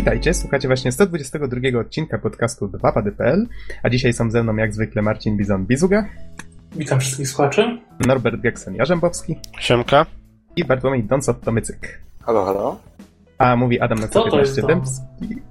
Witajcie, słuchacie właśnie 122 odcinka podcastu 2pady.pl, a dzisiaj są ze mną jak zwykle Marcin Bizon-Bizuga. Witam wszystkich słuchaczy. Norbert Geksen-Jarzębowski. Siemka. I Bartłomiej Donsot-Tomycyk. Halo, halo. A mówi Adam na co 15 Dębski.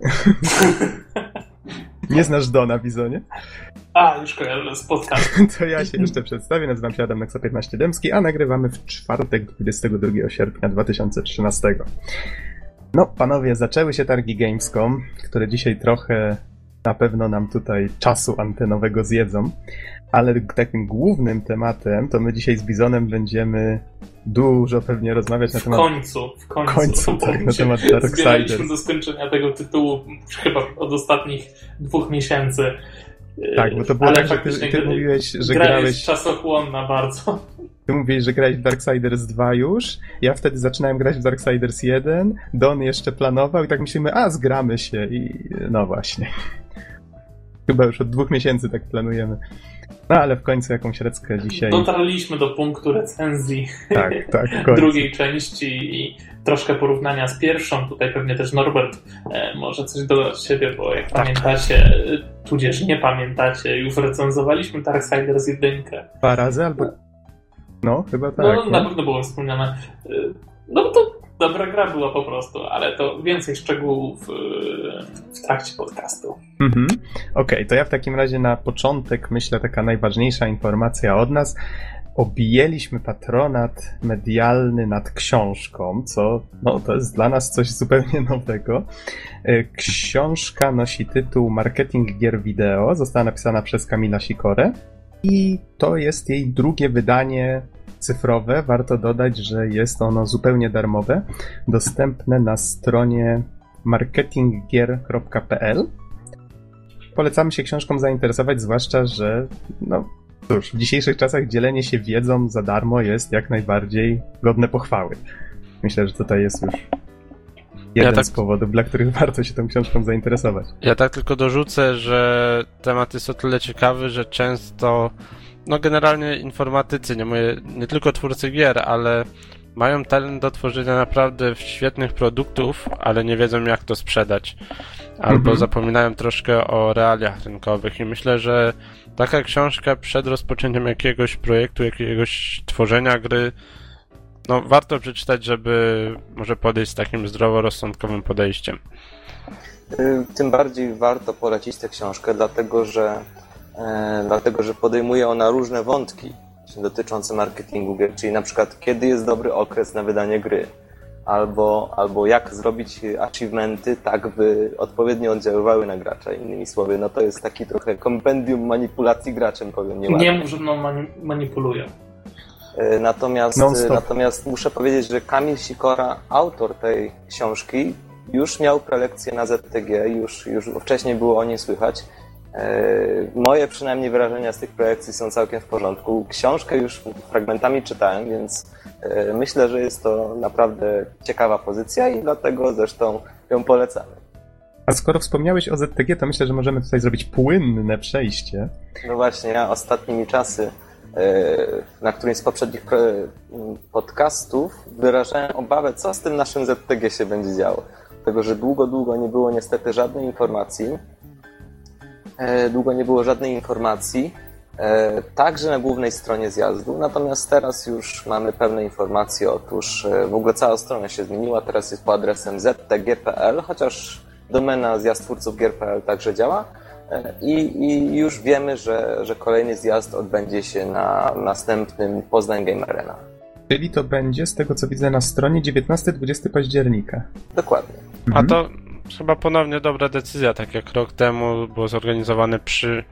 Nie znasz Dona, Bizonie? Już kojarzę z podcastu. To ja się jeszcze przedstawię, nazywam się Adam na co 15 Dębski, a nagrywamy w czwartek 22 sierpnia 2013. No, panowie, zaczęły się targi Gamescom, które dzisiaj trochę na pewno nam tutaj czasu antenowego zjedzą, ale takim głównym tematem to my dzisiaj z Bizonem będziemy dużo pewnie rozmawiać na temat... W końcu tak, na temat Darksiders. Zbieraliśmy do skończenia tego tytułu chyba od ostatnich 2 miesięcy. Tak, bo to było tak, że ty mówiłeś, że gra jest czasochłonna bardzo. Ty mówiłeś, że grałeś w Darksiders 2 już, ja wtedy zaczynałem grać w Darksiders 1, Don jeszcze planował i tak myślimy, zgramy się i no właśnie. Chyba już od 2 miesięcy tak planujemy. No ale w końcu jakąś reckę dzisiaj... Dotarliśmy do punktu recenzji drugiej części i troszkę porównania z pierwszą. Tutaj pewnie też Norbert może coś dodać z siebie, bo jak pamiętacie, tudzież nie pamiętacie, już recenzowaliśmy Darksiders 1. 2 razy albo... No, chyba tak. No, na pewno było wspomniane. No to dobra gra była po prostu, ale to więcej szczegółów w trakcie podcastu. Okej, to ja w takim razie na początek myślę taka najważniejsza informacja od nas. Objęliśmy patronat medialny nad książką, co to jest dla nas coś zupełnie nowego. Książka nosi tytuł Marketing gier wideo, została napisana przez Kamila Sikorę i to jest jej drugie wydanie cyfrowe. Warto dodać, że jest ono zupełnie darmowe, dostępne na stronie marketinggier.pl. Polecamy się książką zainteresować, zwłaszcza, że w dzisiejszych czasach dzielenie się wiedzą za darmo jest jak najbardziej godne pochwały. Myślę, że tutaj jest już jeden z powodów, dla których warto się tą książką zainteresować. Ja tak tylko dorzucę, że temat jest o tyle ciekawy, że często generalnie informatycy, nie tylko twórcy gier, ale mają talent do tworzenia naprawdę świetnych produktów, ale nie wiedzą jak to sprzedać. Albo zapominają troszkę o realiach rynkowych i myślę, że taka książka przed rozpoczęciem jakiegoś projektu, jakiegoś tworzenia gry, warto przeczytać, żeby może podejść z takim zdroworozsądkowym podejściem. Tym bardziej warto polecić tę książkę, dlatego że podejmuje ona różne wątki dotyczące marketingu gier, czyli na przykład kiedy jest dobry okres na wydanie gry, albo jak zrobić achievementy tak, by odpowiednio oddziaływały na gracza. Innymi słowy, to jest taki trochę kompendium manipulacji graczem, powiem nieładnie. Nie mów, że manipulują. Natomiast muszę powiedzieć, że Kamil Sikora, autor tej książki, już miał prelekcję na ZTG, już wcześniej było o niej słychać. Moje przynajmniej wrażenia z tych prelekcji są całkiem w porządku. Książkę już fragmentami czytałem, więc myślę, że jest to naprawdę ciekawa pozycja i dlatego zresztą ją polecamy. A skoro wspomniałeś o ZTG, to myślę, że możemy tutaj zrobić płynne przejście. No właśnie, ja ostatnimi czasy na którymś z poprzednich podcastów wyrażałem obawę, co z tym naszym ZTG się będzie działo. Dlatego, że długo nie było niestety żadnej informacji. Także na głównej stronie zjazdu. Natomiast teraz już mamy pewne informacje. Otóż w ogóle cała strona się zmieniła. Teraz jest pod adresem ztg.pl, chociaż domena zjazd twórców gier.pl także działa. I już wiemy, że kolejny zjazd odbędzie się na następnym Poznań Game Arena. Czyli to będzie, z tego co widzę na stronie, 19-20 października. Dokładnie. A to chyba ponownie dobra decyzja, tak jak rok temu było zorganizowane przy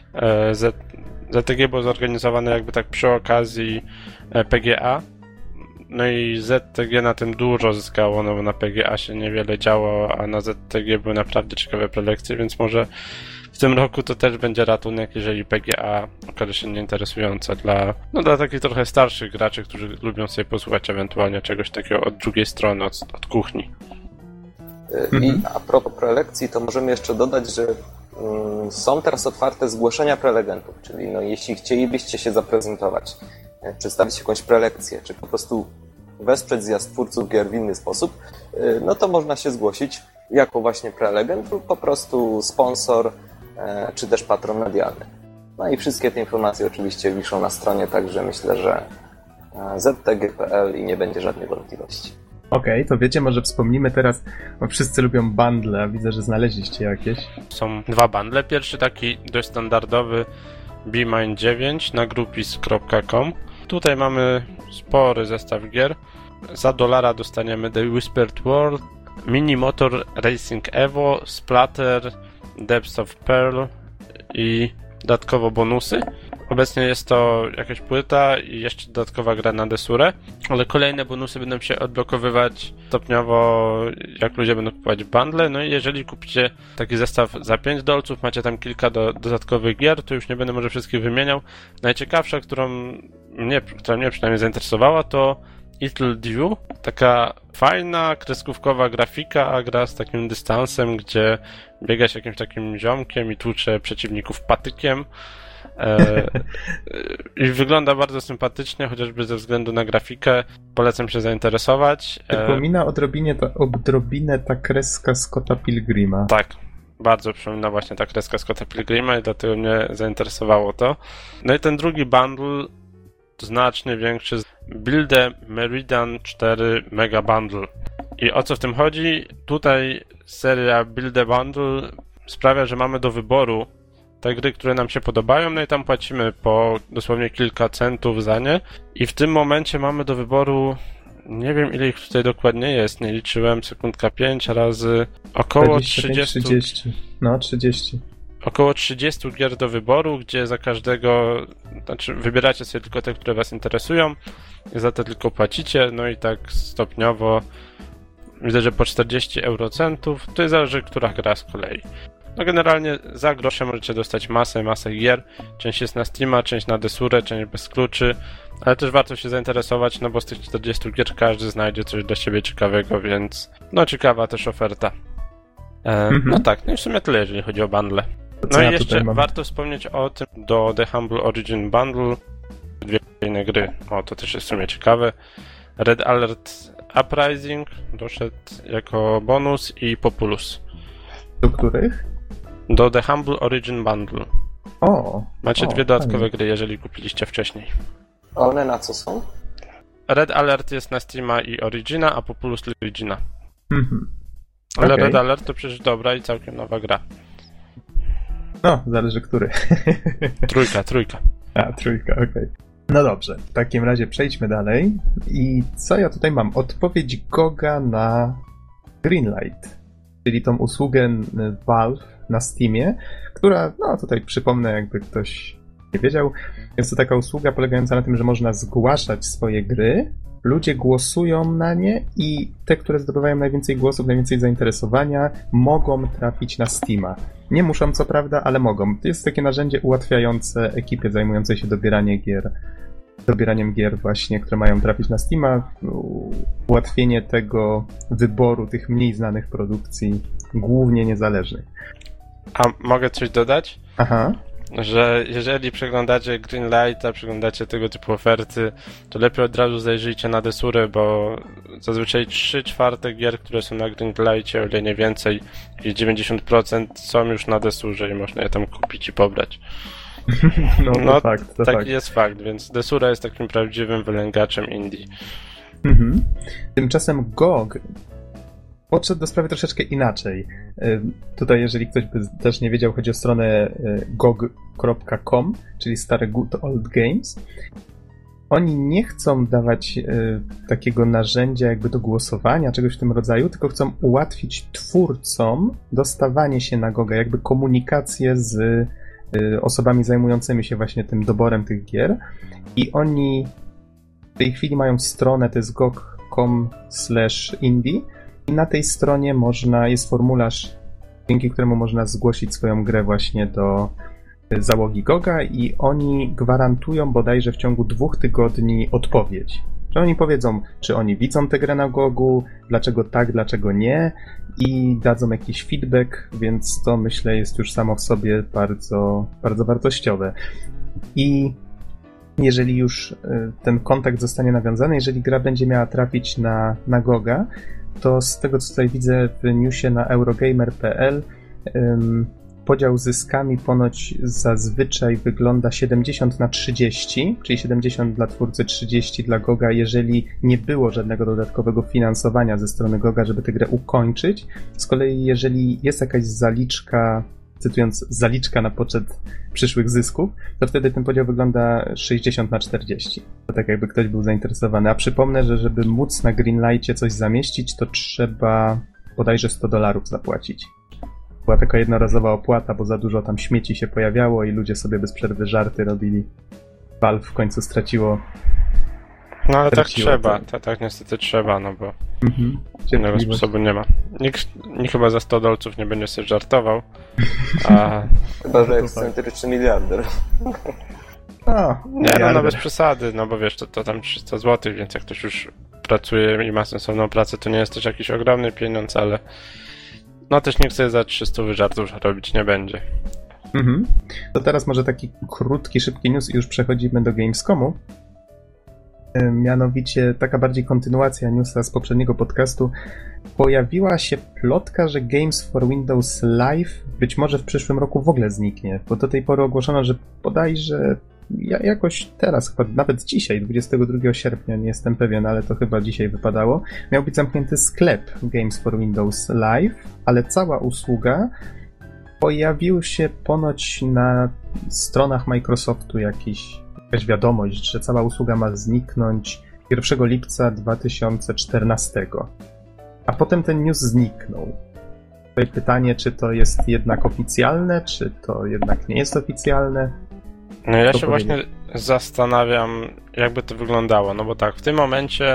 ZTG było zorganizowane jakby tak przy okazji PGA. No i ZTG na tym dużo zyskało, bo na PGA się niewiele działo, a na ZTG były naprawdę ciekawe prelekcje, więc może w tym roku to też będzie ratunek, jeżeli PGA okaże się nieinteresujące dla takich trochę starszych graczy, którzy lubią sobie posłuchać ewentualnie czegoś takiego od drugiej strony, od kuchni. I a propos prelekcji, to możemy jeszcze dodać, że są teraz otwarte zgłoszenia prelegentów, czyli jeśli chcielibyście się zaprezentować, przedstawić jakąś prelekcję, czy po prostu wesprzeć zjazd twórców gier w inny sposób, to można się zgłosić. jako właśnie prelegent lub po prostu sponsor czy też patron medialny. No i wszystkie te informacje oczywiście wiszą na stronie, także myślę, że ztg.pl i nie będzie żadnej wątpliwości. Okej, to wiecie, może wspomnimy teraz, bo wszyscy lubią bundle, a widzę, że znaleźliście jakieś. Są dwa bundle. Pierwszy taki dość standardowy BeamInd 9 na groupies.com. Tutaj mamy spory zestaw gier. Za $1 dostaniemy The Whispered World, Mini Motor Racing Evo, Splatter, Depths of Pearl i dodatkowo bonusy. Obecnie jest to jakaś płyta i jeszcze dodatkowa gra na desurę, ale kolejne bonusy będą się odblokowywać stopniowo, jak ludzie będą kupować bundle. No i jeżeli kupicie taki zestaw za $5, macie tam kilka dodatkowych gier, to już nie będę może wszystkich wymieniał. Najciekawsza, która mnie przynajmniej zainteresowała, to Little Dew, taka fajna, kreskówkowa grafika, gra z takim dystansem, gdzie biega się jakimś takim ziomkiem i tłucze przeciwników patykiem. I wygląda bardzo sympatycznie, chociażby ze względu na grafikę. Polecam się zainteresować. Przypomina odrobinę ta kreska Scotta Pilgrima. Tak, bardzo przypomina właśnie ta kreska Scotta Pilgrima i dlatego mnie zainteresowało to. No i ten drugi bundle znacznie większy. Build Meridian 4 Mega Bundle. I o co w tym chodzi? Tutaj seria Build Bundle sprawia, że mamy do wyboru te gry, które nam się podobają, no i tam płacimy po dosłownie kilka centów za nie. I w tym momencie mamy do wyboru, nie wiem ile ich tutaj dokładnie jest, nie liczyłem, sekundka 5 razy, około 30. No, 30. Około 30 gier do wyboru, gdzie za każdego, znaczy wybieracie sobie tylko te, które was interesują, i za te tylko płacicie, no i tak stopniowo widzę, że po 40 eurocentów, to zależy, która gra z kolei. No generalnie za grosze możecie dostać masę gier, część jest na Steama, część na desurę, część bez kluczy, ale też warto się zainteresować, no bo z tych 40 gier każdy znajdzie coś dla siebie ciekawego, więc no ciekawa też oferta. No tak, no i w sumie tyle, jeżeli chodzi o bundle. No i jeszcze warto wspomnieć o tym, do The Humble Origin Bundle dwie inne gry, o to też jest w sumie ciekawe. Red Alert Uprising doszedł jako bonus i Populous. Do których? Do The Humble Origin Bundle. Macie dwie dodatkowe fajnie. gry, jeżeli kupiliście wcześniej. A one na co są? Red Alert jest na Steama i Origina, a Populous Origina. Ale Okay. Red Alert to przecież dobra i całkiem nowa gra. No, zależy który. Trójka. A, trójka, okej. No dobrze, w takim razie przejdźmy dalej. I co ja tutaj mam? Odpowiedź Goga na Greenlight, czyli tą usługę Valve na Steamie, która, no tutaj przypomnę, jakby ktoś nie wiedział, jest to taka usługa polegająca na tym, że można zgłaszać swoje gry, ludzie głosują na nie i te, które zdobywają najwięcej głosów, najwięcej zainteresowania, mogą trafić na Steama. Nie muszą, co prawda, ale mogą. To jest takie narzędzie ułatwiające ekipie zajmującej się dobieraniem gier właśnie, które mają trafić na Steama, ułatwienie tego wyboru tych mniej znanych produkcji, głównie niezależnych. A mogę coś dodać? Aha. Że jeżeli przeglądacie Greenlighta, przeglądacie tego typu oferty, to lepiej od razu zajrzyjcie na desurę, bo zazwyczaj 3/4 gier, które są na Greenlightie, o ile nie więcej, i 90% są już na desurze i można je tam kupić i pobrać. No to fakt. Taki jest fakt, więc desura jest takim prawdziwym wylęgaczem indie. Tymczasem GOG podszedł do sprawy troszeczkę inaczej. Tutaj, jeżeli ktoś by też nie wiedział, chodzi o stronę gog.com, czyli stare Good Old Games. Oni nie chcą dawać takiego narzędzia jakby do głosowania, czegoś w tym rodzaju, tylko chcą ułatwić twórcom dostawanie się na GOGa, jakby komunikację z osobami zajmującymi się właśnie tym doborem tych gier. I oni w tej chwili mają stronę, to jest gog.com/indie, i na tej stronie jest formularz, dzięki któremu można zgłosić swoją grę właśnie do załogi GOGa i oni gwarantują bodajże w ciągu 2 tygodni odpowiedź. Że oni powiedzą, czy oni widzą tę grę na GOGu, dlaczego tak, dlaczego nie, i dadzą jakiś feedback, więc to myślę jest już samo w sobie bardzo, bardzo wartościowe. I jeżeli już ten kontakt zostanie nawiązany, jeżeli gra będzie miała trafić na GOG-a, to z tego, co tutaj widzę w newsie na Eurogamer.pl, podział zyskami ponoć zazwyczaj wygląda 70/30, czyli 70 dla twórcy, 30 dla GOG-a, jeżeli nie było żadnego dodatkowego finansowania ze strony GOG-a, żeby tę grę ukończyć. Z kolei jeżeli jest jakaś zaliczka, cytując, zaliczka na poczet przyszłych zysków, to wtedy ten podział wygląda 60/40. To tak jakby ktoś był zainteresowany. A przypomnę, że żeby móc na Greenlightie coś zamieścić, to trzeba bodajże $100 zapłacić. Była taka jednorazowa opłata, bo za dużo tam śmieci się pojawiało i ludzie sobie bez przerwy żarty robili. Valve w końcu straciło. No ale tak trzeba, tak niestety trzeba, no bo innego sposobu nie ma. Nikt chyba za $100 nie będzie sobie żartował. Chyba, że ekscentryczny miliarder. Nie, no bez przesady, no bo wiesz, to tam 300 zł, więc jak ktoś już pracuje i ma sensowną pracę, to nie jest też jakiś ogromny pieniądz, ale no też nikt sobie za 300 żartów robić nie będzie. To teraz może taki krótki, szybki news i już przechodzimy do Gamescomu. Mianowicie taka bardziej kontynuacja newsa z poprzedniego podcastu. Pojawiła się plotka, że Games for Windows Live być może w przyszłym roku w ogóle zniknie, bo do tej pory ogłoszono, że bodajże jakoś teraz, chyba nawet dzisiaj, 22 sierpnia, nie jestem pewien, ale to chyba dzisiaj wypadało, miał być zamknięty sklep Games for Windows Live, ale cała usługa pojawił się ponoć na stronach Microsoftu jakaś wiadomość, że cała usługa ma zniknąć 1 lipca 2014. A potem ten news zniknął. Tutaj pytanie, czy to jest jednak oficjalne, czy to jednak nie jest oficjalne? No ja się właśnie zastanawiam, jakby to wyglądało, no bo tak, w tym momencie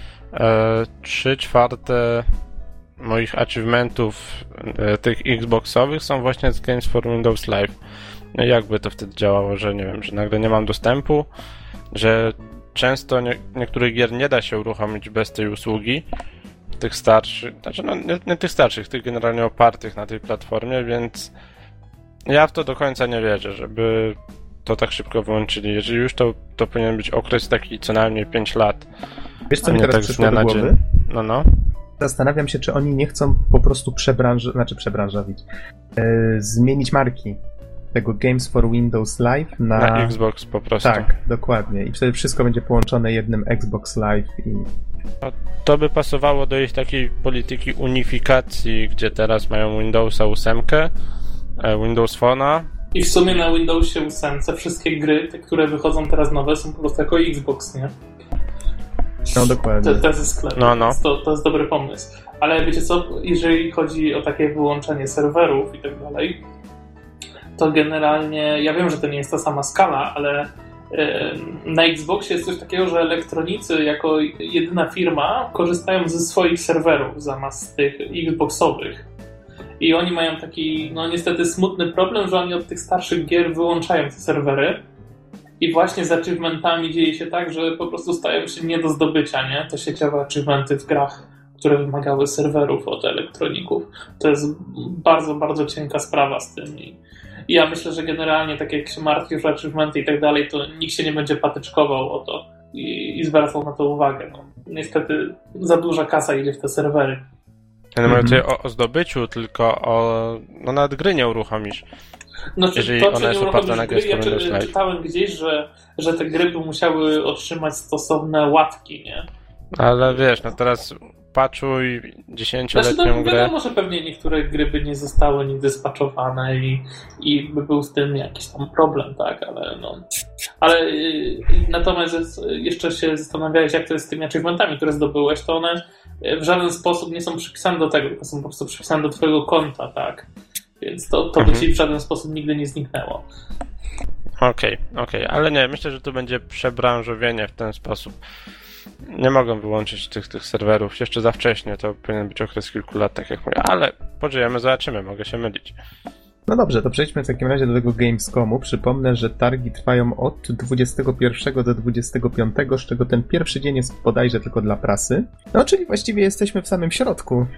3/4 moich achievementów tych Xboxowych są właśnie z Games for Windows Live. No jakby to wtedy działało, że nie wiem, że nagle nie mam dostępu, że często niektórych gier nie da się uruchomić bez tej usługi, tych starszych, znaczy no nie tych starszych, tych generalnie opartych na tej platformie, więc ja w to do końca nie wierzę, żeby to tak szybko wyłączyli. Jeżeli już, to powinien być okres taki co najmniej 5 lat. Wiesz, co mi teraz tak przyszło do głowy? No. Zastanawiam się, czy oni nie chcą po prostu przebranżowić, zmienić marki tego Games for Windows Live na Xbox po prostu. Tak, dokładnie. I wtedy wszystko będzie połączone jednym Xbox Live i... To by pasowało do ich takiej polityki unifikacji, gdzie teraz mają Windowsa 8, Windows Phone'a. I w sumie na Windowsie 8 wszystkie gry, te, które wychodzą teraz nowe, są po prostu jako Xbox, nie? No dokładnie. To jest sklep. No. To jest dobry pomysł. Ale wiecie co, jeżeli chodzi o takie wyłączenie serwerów i tak dalej, to generalnie, ja wiem, że to nie jest ta sama skala, ale na Xboxie jest coś takiego, że elektronicy jako jedyna firma korzystają ze swoich serwerów zamiast tych Xboxowych. I oni mają taki, no niestety smutny problem, że oni od tych starszych gier wyłączają te serwery. I właśnie z achievementami dzieje się tak, że po prostu stają się nie do zdobycia, nie? Te sieciowe achievementy w grach, które wymagały serwerów od elektroników. To jest bardzo, bardzo cienka sprawa z tym. I ja myślę, że generalnie tak jak się martwisz o achievementy i tak dalej, to nikt się nie będzie patyczkował o to i zwracał na to uwagę. No, niestety za duża kasa idzie w te serwery. Ja nie mówię tutaj o zdobyciu, tylko no nawet gry nie uruchomisz. No, jeżeli to, one są oparte na Games for Windows Live. Czytałem gdzieś, że te gry by musiały otrzymać stosowne łatki, nie? Ale wiesz, no teraz patchuj 10-letnią grę. Wiadomo, że pewnie niektóre gry by nie zostały nigdy spatchowane i by był z tym jakiś tam problem, tak, ale natomiast jeszcze się zastanawiałeś, jak to jest z tymi achievementami, które zdobyłeś, to one w żaden sposób nie są przypisane do tego, tylko są po prostu przypisane do twojego konta, tak, więc to by ci w żaden sposób nigdy nie zniknęło. Okej, ale nie, myślę, że tu będzie przebranżowienie w ten sposób. Nie mogą wyłączyć tych serwerów jeszcze za wcześnie, to powinien być okres kilku lat, tak jak mówię, ale pożyjemy, zobaczymy, mogę się mylić. No dobrze, to przejdźmy w takim razie do tego Gamescomu. Przypomnę, że targi trwają od 21 do 25, z czego ten pierwszy dzień jest bodajże tylko dla prasy. No czyli właściwie jesteśmy w samym środku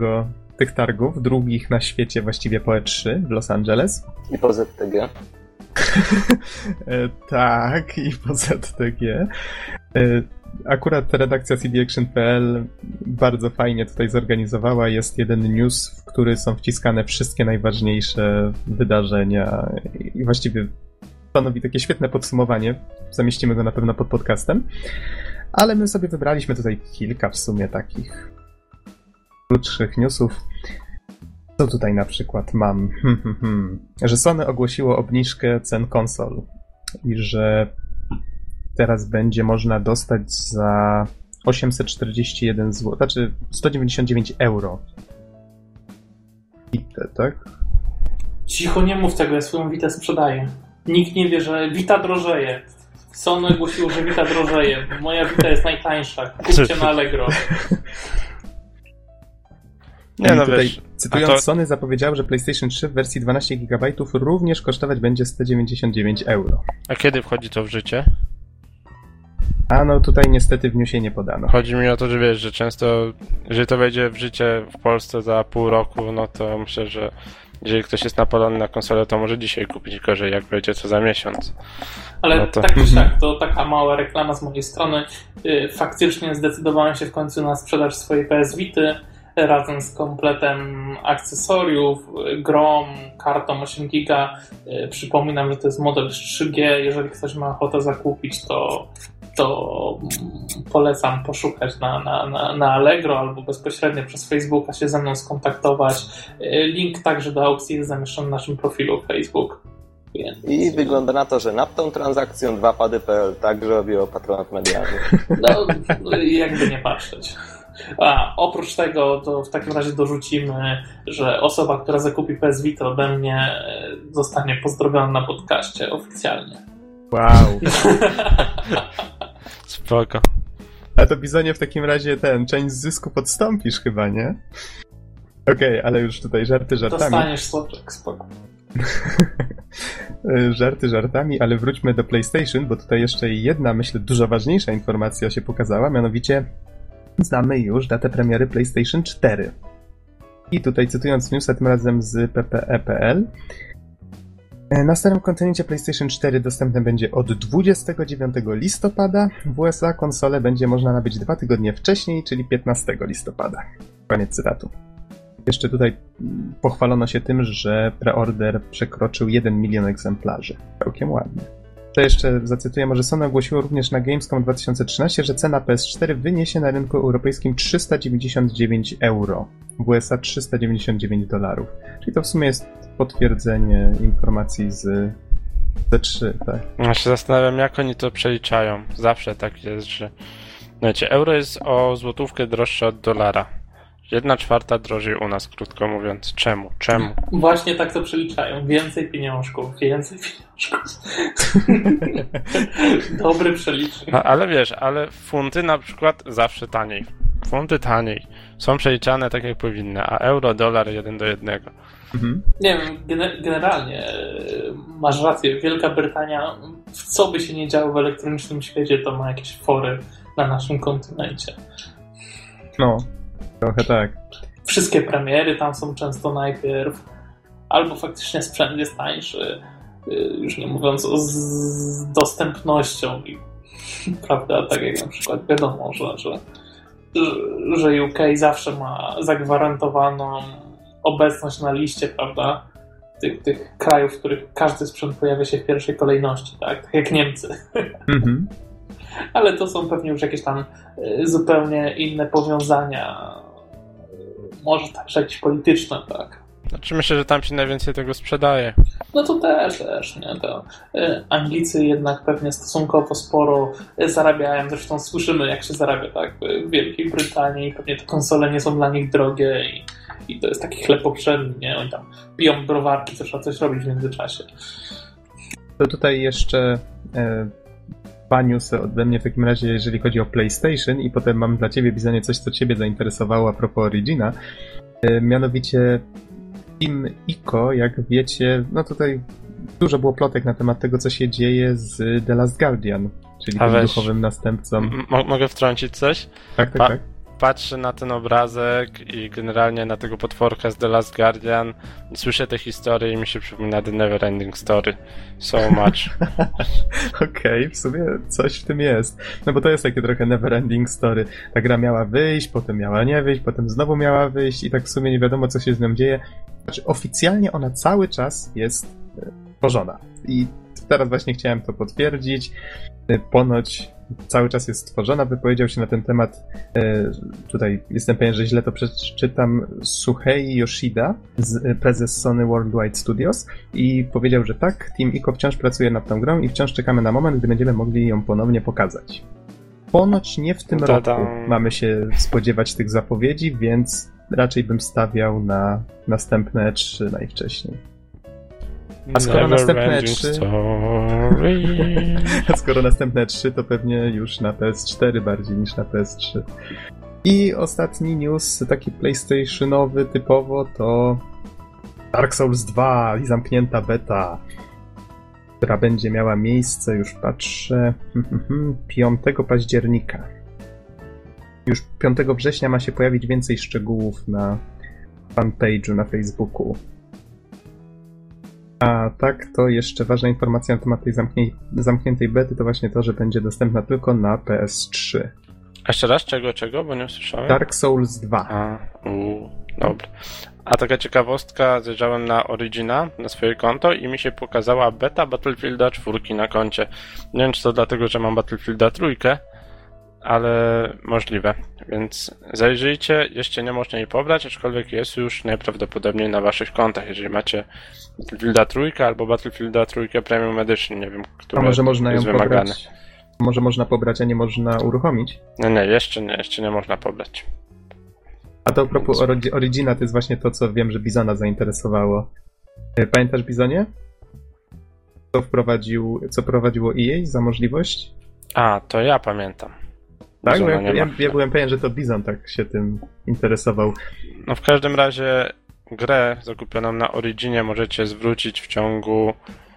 tych targów, drugich na świecie właściwie po E3 w Los Angeles. I po ZTG. Tak, i po ZTG. Akurat redakcja cdaction.pl bardzo fajnie tutaj zorganizowała. Jest jeden news, w który są wciskane wszystkie najważniejsze wydarzenia i właściwie stanowi takie świetne podsumowanie. Zamieścimy go na pewno pod podcastem. Ale my sobie wybraliśmy tutaj kilka w sumie takich krótszych newsów. Co tutaj na przykład mam? Że Sony ogłosiło obniżkę cen konsol i że teraz będzie można dostać za 841 zł, znaczy 199 euro. Vita, tak? Cicho, nie mów tego, ja swoją Vitę sprzedaję. Nikt nie wie, że Vita drożeje. Sony ogłosiło, że Vita drożeje. Moja Vita jest najtańsza. Kupcie na Allegro. Nie, no tutaj, wiesz, cytując, Sony zapowiedział, że PlayStation 3 w wersji 12 GB również kosztować będzie 199 euro. A kiedy wchodzi to w życie? A no tutaj niestety w newsie nie podano. Chodzi mi o to, że wiesz, że często, jeżeli to wejdzie w życie w Polsce za pół roku, no to myślę, że jeżeli ktoś jest napalony na konsolę, to może dzisiaj kupić, gorzej jak wejdzie co za miesiąc. Ale no to... tak czy siak, to taka mała reklama z mojej strony. Faktycznie zdecydowałem się w końcu na sprzedaż swojej PS Vity razem z kompletem akcesoriów, grom, kartą 8 GB. Przypominam, że to jest model 3G. Jeżeli ktoś ma ochotę zakupić, to polecam poszukać na Allegro albo bezpośrednio przez Facebooka się ze mną skontaktować. Link także do aukcji jest zamieszczony w naszym profilu Facebook. Więc... I wygląda na to, że nad tą transakcją 2pady.pl także objęło patronat medialny. No, jakby nie patrzeć. A oprócz tego, to w takim razie dorzucimy, że osoba, która zakupi PS Vita ode mnie, zostanie pozdrowiona na podcaście oficjalnie. Wow. Spoko. A to Bizonie w takim razie część zysku podstąpisz chyba, nie? Okej, ale już tutaj żarty żartami. Dostaniesz słoczek, spoko. Żarty żartami, ale wróćmy do PlayStation, bo tutaj jeszcze jedna, myślę, dużo ważniejsza informacja się pokazała, mianowicie znamy już datę premiery PlayStation 4. I tutaj cytując newsa, tym razem z ppe.pl, na starym kontynencie PlayStation 4 dostępne będzie od 29 listopada. W USA konsolę będzie można nabyć 2 tygodnie wcześniej, czyli 15 listopada. Koniec cytatu. Jeszcze tutaj pochwalono się tym, że preorder przekroczył 1 milion egzemplarzy. Całkiem ładnie. To jeszcze zacytuję, może Sony ogłosiło również na Gamescom 2013, że cena PS4 wyniesie na rynku europejskim 399 euro. W USA $399. Czyli to w sumie jest potwierdzenie informacji z C3, tak? Ja się zastanawiam, jak oni to przeliczają. Zawsze tak jest, że... Wiecie, euro jest o złotówkę droższe od dolara. 1/4 drożej u nas, krótko mówiąc. Czemu? Właśnie tak to przeliczają. Więcej pieniążków. Dobry przelicznik. No, ale wiesz, ale funty na przykład zawsze taniej. Funty taniej. Są przeliczane tak jak powinny, a euro, dolar 1:1. Mhm. Nie wiem, generalnie masz rację. Wielka Brytania, w co by się nie działo w elektronicznym świecie, to ma jakieś fory na naszym kontynencie. No, trochę tak. Wszystkie premiery tam są często najpierw, albo faktycznie sprzęt jest tańszy, już nie mówiąc o dostępnością. Prawda, tak jak na przykład wiadomo, że UK zawsze ma zagwarantowaną obecność na liście, prawda, tych krajów, w których każdy sprzęt pojawia się w pierwszej kolejności, tak jak Niemcy. Mhm. Ale to są pewnie już jakieś tam zupełnie inne powiązania, może także jakieś polityczne, tak. Znaczy myślę, że tam się najwięcej tego sprzedaje. No to też, nie? To Anglicy jednak pewnie stosunkowo sporo zarabiają, zresztą słyszymy, jak się zarabia, tak, w Wielkiej Brytanii, pewnie te konsole nie są dla nich drogie i to jest taki chleb powszedni, nie? Oni tam piją browarki, to trzeba coś robić w międzyczasie. To tutaj jeszcze dwa newsy ode mnie w takim razie, jeżeli chodzi o PlayStation, i potem mam dla ciebie, Bizonie, coś, co ciebie zainteresowało a propos Origina. Mianowicie Team Ico, jak wiecie, no tutaj dużo było plotek na temat tego, co się dzieje z The Last Guardian, czyli tym duchowym następcą. Mogę wtrącić coś? Tak. patrzę na ten obrazek i generalnie na tego potworka z The Last Guardian, słyszę te historie i mi się przypomina The Neverending Story. So much. Okej, w sumie coś w tym jest. No bo to jest takie trochę Neverending Story. Ta gra miała wyjść, potem miała nie wyjść, potem znowu miała wyjść i tak w sumie nie wiadomo, co się z nią dzieje. Znaczy, oficjalnie ona cały czas jest tworzona. I teraz właśnie chciałem to potwierdzić. Ponoć cały czas jest tworzona. Wypowiedział się na ten temat, tutaj jestem pewien, że źle to przeczytam, Suhei Yoshida, prezes Sony Worldwide Studios, i powiedział, że tak, Team Ico wciąż pracuje nad tą grą i wciąż czekamy na moment, gdy będziemy mogli ją ponownie pokazać. Ponoć nie w tym roku mamy się spodziewać tych zapowiedzi, więc raczej bym stawiał na następne 3 najwcześniej. A skoro następne 3... A skoro następne 3, to pewnie już na PS4 bardziej niż na PS3. I ostatni news, taki PlayStationowy typowo, to Dark Souls 2 i zamknięta beta, która będzie miała miejsce, już patrzę, 5 października. Już 5 września ma się pojawić więcej szczegółów na fanpage'u na Facebooku. A tak, to jeszcze ważna informacja na temat tej zamkniętej bety to właśnie to, że będzie dostępna tylko na PS3. A jeszcze raz, czego? Bo nie usłyszałem. Dark Souls 2. Dobra. A taka ciekawostka, zajrzałem na Origina, na swoje konto i mi się pokazała beta Battlefielda 4 na koncie. Nie wiem, czy to dlatego, że mam Battlefielda 3, ale możliwe. Więc zajrzyjcie, jeszcze nie można jej pobrać, aczkolwiek jest już najprawdopodobniej na waszych kontach, jeżeli macie Battlefielda 3 albo Battlefielda 3 Premium Edition, nie wiem, które może można jest ją wymagane. Pobrać? Może można pobrać, a nie można uruchomić? Nie, jeszcze nie można pobrać. A to a propos Origina, to jest właśnie to, co wiem, że Bizona zainteresowało. Pamiętasz, Bizonie? Co prowadziło EA za możliwość? A, to ja pamiętam. Tak? Ja byłem pewien, że to Bizon tak się tym interesował. No w każdym razie grę zakupioną na Originie możecie zwrócić w ciągu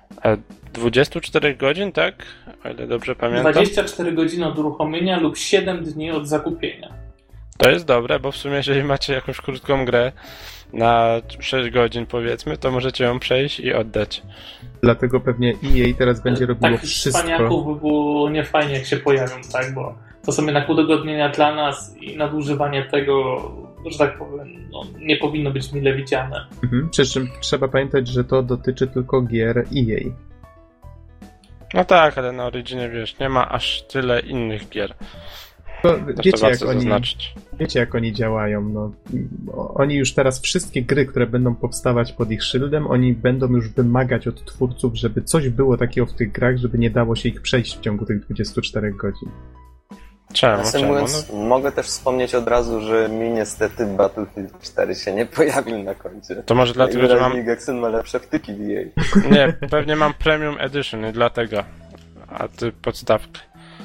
24 godzin, tak? O ile dobrze pamiętam. 24 godziny od uruchomienia lub 7 dni od zakupienia. To jest dobre, bo w sumie jeżeli macie jakąś krótką grę na 6 godzin powiedzmy, to możecie ją przejść i oddać. Dlatego pewnie EA teraz będzie robiło wszystko. Takich cwaniaków by było niefajnie, jak się pojawią, tak? Bo to są jednak udogodnienia dla nas i nadużywanie tego, że tak powiem, nie powinno być mile widziane. Przy czym trzeba pamiętać, że to dotyczy tylko gier EA. No tak, ale na Originie, wiesz, nie ma aż tyle innych gier. To wiecie, jak oni działają. No. Oni już teraz wszystkie gry, które będą powstawać pod ich szyldem, oni będą już wymagać od twórców, żeby coś było takiego w tych grach, żeby nie dało się ich przejść w ciągu tych 24 godzin. Czemu? Mogę też wspomnieć od razu, że mi niestety Battlefield 4 się nie pojawił na koncie. To może dlatego, że mam... Gexen ma lepsze wtyki w EA. Nie, pewnie mam Premium Edition i dlatego. A ty podstawkę.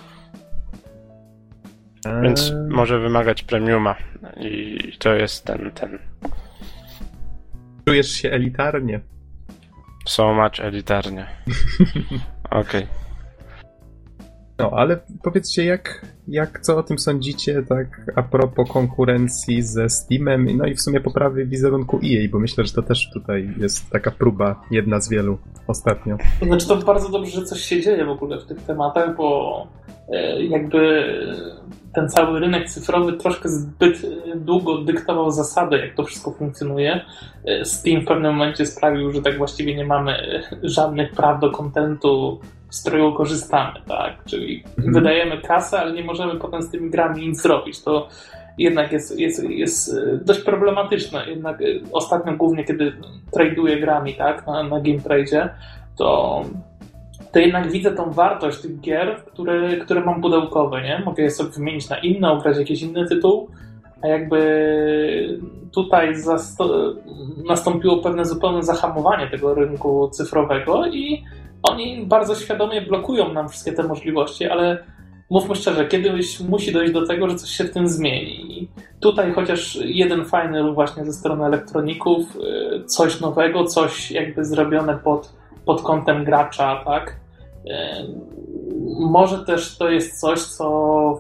Więc może wymagać premiuma i to jest ten. Czujesz się elitarnie. So much elitarnie. Okej. No, ale powiedzcie, co o tym sądzicie, tak a propos konkurencji ze Steamem, no i w sumie poprawy wizerunku EA, bo myślę, że to też tutaj jest taka próba, jedna z wielu ostatnio. Znaczy to bardzo dobrze, że coś się dzieje w ogóle w tych tematach, bo jakby ten cały rynek cyfrowy troszkę zbyt długo dyktował zasady, jak to wszystko funkcjonuje. Steam w pewnym momencie sprawił, że tak właściwie nie mamy żadnych praw do kontentu, z którego korzystamy, tak? Czyli wydajemy kasę, ale nie możemy potem z tymi grami nic zrobić. To jednak jest dość problematyczne. Jednak ostatnio głównie, kiedy traduję grami, tak, na Game Trade'zie, to jednak widzę tą wartość tych gier, które mam pudełkowe, nie? Mogę je sobie wymienić na inne, ugrać jakiś inny tytuł, a jakby tutaj nastąpiło pewne zupełne zahamowanie tego rynku cyfrowego i oni bardzo świadomie blokują nam wszystkie te możliwości, ale mówmy szczerze, kiedyś musi dojść do tego, że coś się w tym zmieni. I tutaj chociaż jeden fajny ruch właśnie ze strony elektroników, coś nowego, coś jakby zrobione pod kątem gracza, tak? Może też to jest coś, co w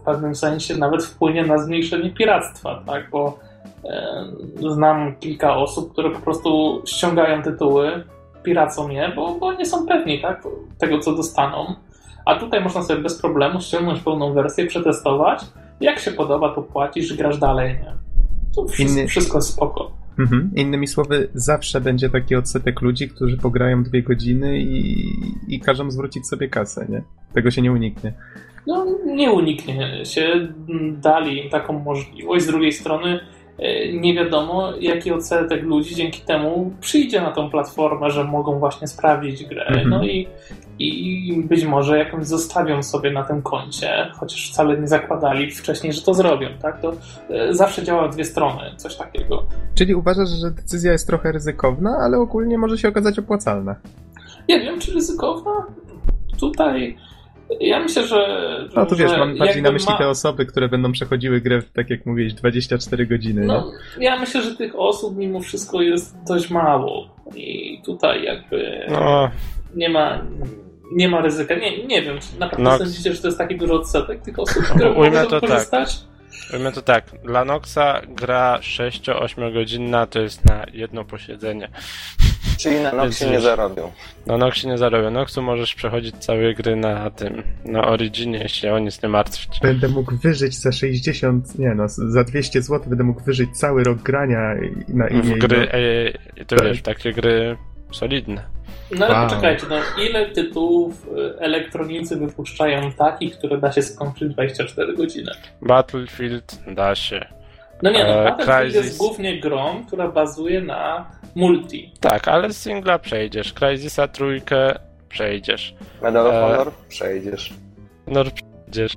pewnym sensie nawet wpłynie na zmniejszenie piractwa, tak? Bo znam kilka osób, które po prostu ściągają tytuły, piracą je, bo nie są pewni, tak? Tego, co dostaną. A tutaj można sobie bez problemu ściągnąć pełną wersję, przetestować. Jak się podoba, to płacisz i grasz dalej, nie? To wszystko jest spoko. Innymi słowy, zawsze będzie taki odsetek ludzi, którzy pograją 2 godziny i każą zwrócić sobie kasę, nie? Tego się nie uniknie. No, nie uniknie się. Dali im taką możliwość. Z drugiej strony nie wiadomo, jaki odsetek ludzi dzięki temu przyjdzie na tą platformę, że mogą właśnie sprawdzić grę. No i być może jakąś zostawią sobie na tym koncie, chociaż wcale nie zakładali wcześniej, że to zrobią. Tak? To zawsze działa w 2 strony, coś takiego. Czyli uważasz, że decyzja jest trochę ryzykowna, ale ogólnie może się okazać opłacalna? Nie wiem, czy ryzykowna? Tutaj ja myślę, że... No to wiesz, mam bardziej na myśli te osoby, które będą przechodziły grę, tak jak mówiłeś, 24 godziny. No, nie? Ja myślę, że tych osób mimo wszystko jest dość mało. I tutaj jakby nie ma ryzyka. Nie wiem, czy naprawdę sądzicie, że to jest taki duży odsetek tych osób, które mogą to korzystać? Ujmę to tak. Dla Noxa gra 6-8 godzinna to jest na jedno posiedzenie. Czyli na Noxie nie zarobią. Na Noxie nie zarobią. Noxu możesz przechodzić całe gry na Originie, jeśli się o nic nie martwić. Będę mógł wyżyć za za 200 zł będę mógł wyżyć cały rok grania na imię. W gry, to wiesz, takie gry solidne. No ale poczekajcie, ile tytułów elektronicy wypuszczają takich, które da się skończyć 24 godziny? Battlefield da się. No nie, Battlefield jest głównie grą, która bazuje na multi. Tak, ale singla przejdziesz. Crysisa 3 przejdziesz. Medal of Honor przejdziesz. Przejdziesz.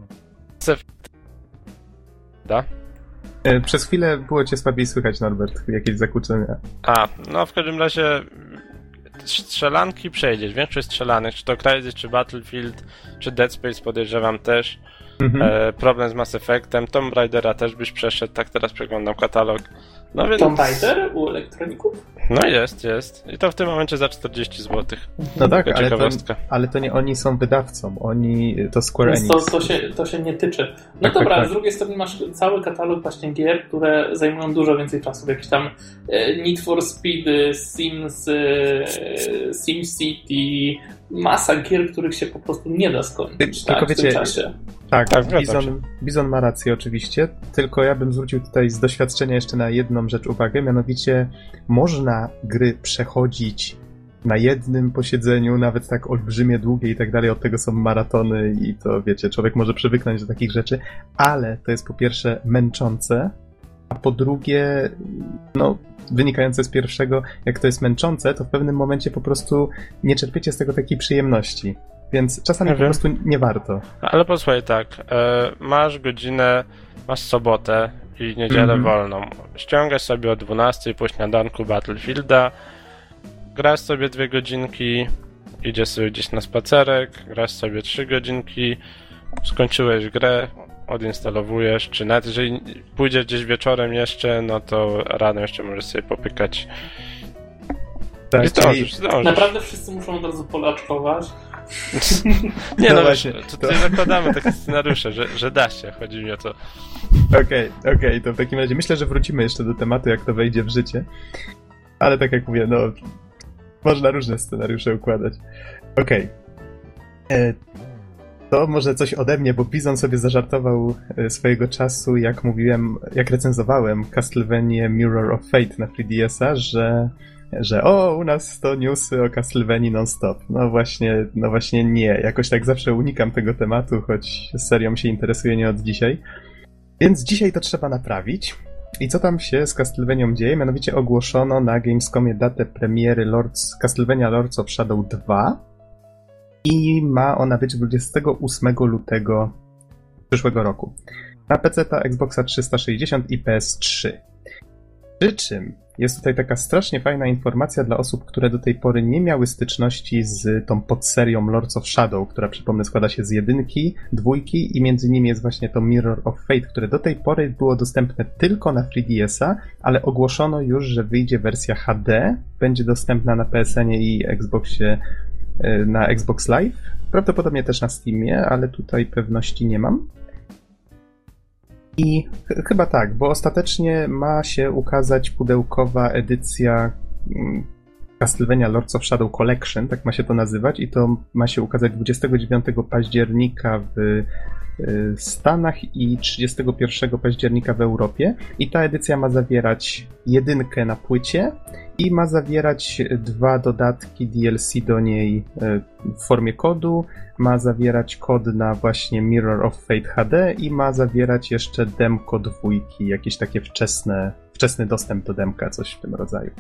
Da? Przez chwilę było cię słabiej słychać, Norbert. Jakieś zakłócenia. W każdym razie strzelanki przejdziesz. Większość strzelanek, czy to Crysis, czy Battlefield, czy Dead Space podejrzewam też. Problem z Mass Effectem. Tomb Raidera też byś przeszedł, tak teraz przeglądam katalog. No więc... Tomb Raider u elektroników? No jest. I to w tym momencie za 40 zł. No tak, ale to nie oni są wydawcą, to Square Enix. To się nie tyczy. No tak, dobra, tak. Z drugiej strony masz cały katalog właśnie gier, które zajmują dużo więcej czasu. Jakieś tam Need for Speed, Sims, SimCity, masa gier, których się po prostu nie da skończyć tylko w tym czasie. Tak, Bizon ma rację oczywiście, tylko ja bym zwrócił tutaj z doświadczenia jeszcze na jedną rzecz uwagę, mianowicie można gry przechodzić na jednym posiedzeniu, nawet tak olbrzymie, długie i tak dalej, od tego są maratony i to wiecie, człowiek może przywyknąć do takich rzeczy, ale to jest po pierwsze męczące, a po drugie, wynikające z pierwszego, jak to jest męczące, to w pewnym momencie po prostu nie czerpiecie z tego takiej przyjemności. Więc czasami po prostu nie warto. Ale posłuchaj tak, masz godzinę, masz sobotę i niedzielę wolną. Ściągasz sobie o 12 po śniadanku Battlefielda, grasz sobie 2 godzinki, idziesz sobie gdzieś na spacerek, grasz sobie 3 godzinki, skończyłeś grę, odinstalowujesz, czy nawet jeżeli pójdziesz gdzieś wieczorem jeszcze, no to rano jeszcze możesz sobie popykać. Tak, zdążysz. Naprawdę wszyscy muszą od razu polaczkować. Nie właśnie. Tutaj zakładamy takie scenariusze, że da się, chodzi mi o to. Okej, to w takim razie myślę, że wrócimy jeszcze do tematu, jak to wejdzie w życie. Ale tak jak mówię, można różne scenariusze układać. Okej. To może coś ode mnie, bo Bizon sobie zażartował swojego czasu, jak recenzowałem Castlevania Mirror of Fate na 3DS-a, że u nas to newsy o Castlevanii non-stop. No właśnie nie. Jakoś tak zawsze unikam tego tematu, choć serią się interesuję nie od dzisiaj. Więc dzisiaj to trzeba naprawić. I co tam się z Castlevanią dzieje? Mianowicie ogłoszono na Gamescomie datę premiery Castlevania Lords of Shadow 2 i ma ona być 28 lutego przyszłego roku. Na PC-ta, Xboxa 360 i PS3. Przy czym jest tutaj taka strasznie fajna informacja dla osób, które do tej pory nie miały styczności z tą podserią Lords of Shadow, która przypomnę składa się z 1, 2 i między nimi jest właśnie to Mirror of Fate, które do tej pory było dostępne tylko na 3DS-a, ale ogłoszono już, że wyjdzie wersja HD, będzie dostępna na PSN-ie i Xboxie, na Xbox Live, prawdopodobnie też na Steamie, ale tutaj pewności nie mam. I chyba tak, bo ostatecznie ma się ukazać pudełkowa edycja Castlevania Lords of Shadow Collection, tak ma się to nazywać, i to ma się ukazać 29 października w Stanach i 31 października w Europie. I ta edycja ma zawierać jedynkę na płycie i ma zawierać 2 dodatki DLC do niej w formie kodu, ma zawierać kod na właśnie Mirror of Fate HD i ma zawierać jeszcze demko 2, jakieś takie wczesny dostęp do demka, coś w tym rodzaju.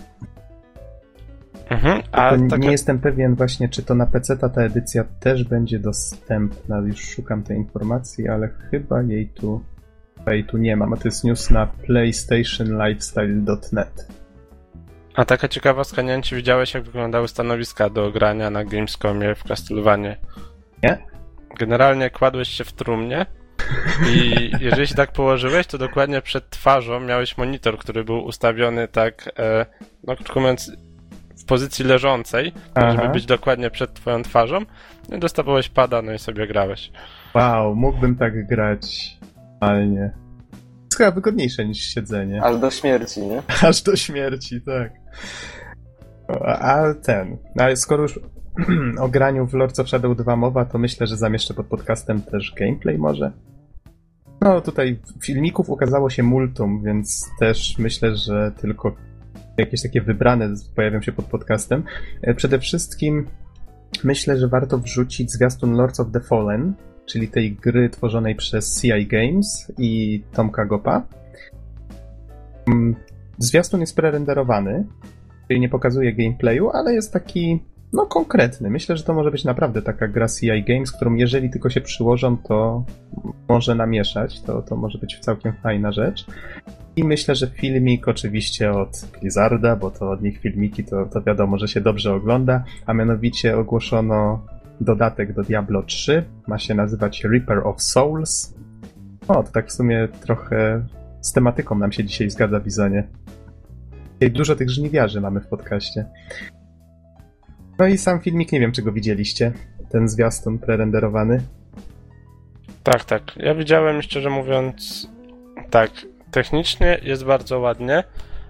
Nie jestem pewien właśnie, czy to na PC-ta ta edycja też będzie dostępna. Już szukam tej informacji, ale chyba jej tu nie ma. A to jest news na playstationlifestyle.net. A taka ciekawostka, nie wiem, czy widziałeś, jak wyglądały stanowiska do grania na Gamescomie w Castlevanii? Nie? Generalnie kładłeś się w trumnie i jeżeli się tak położyłeś, to dokładnie przed twarzą miałeś monitor, który był ustawiony tak, no krótko mówiąc, w pozycji leżącej, żeby być dokładnie przed twoją twarzą. No i dostawałeś pada, no i sobie grałeś. Wow, mógłbym tak grać. Ale nie. Jest chyba wygodniejsze niż siedzenie. Aż do śmierci, nie? Aż do śmierci, tak. Ale skoro już o graniu w Lords of Shadow 2 mowa, to myślę, że zamieszczę pod podcastem też gameplay może. No tutaj filmików ukazało się multum, więc też myślę, że tylko jakieś takie wybrane pojawią się pod podcastem. Przede wszystkim myślę, że warto wrzucić zwiastun Lords of the Fallen, czyli tej gry tworzonej przez CI Games i Tomka Gopa. Zwiastun jest prerenderowany, czyli nie pokazuje gameplayu, ale jest taki, no, konkretny. Myślę, że to może być naprawdę taka gra CI Games, którą jeżeli tylko się przyłożą, to może namieszać. To może być całkiem fajna rzecz. I myślę, że filmik oczywiście od Blizzarda, bo to od nich filmiki to wiadomo, że się dobrze ogląda, a mianowicie ogłoszono dodatek do Diablo 3. Ma się nazywać Reaper of Souls. O, to tak w sumie trochę z tematyką nam się dzisiaj zgadza, Bizonie. Dużo tych żniwiarzy mamy w podcaście. No i sam filmik, nie wiem, czy go widzieliście. Ten zwiastun prerenderowany. Tak. Ja widziałem, szczerze mówiąc, tak. Technicznie jest bardzo ładnie,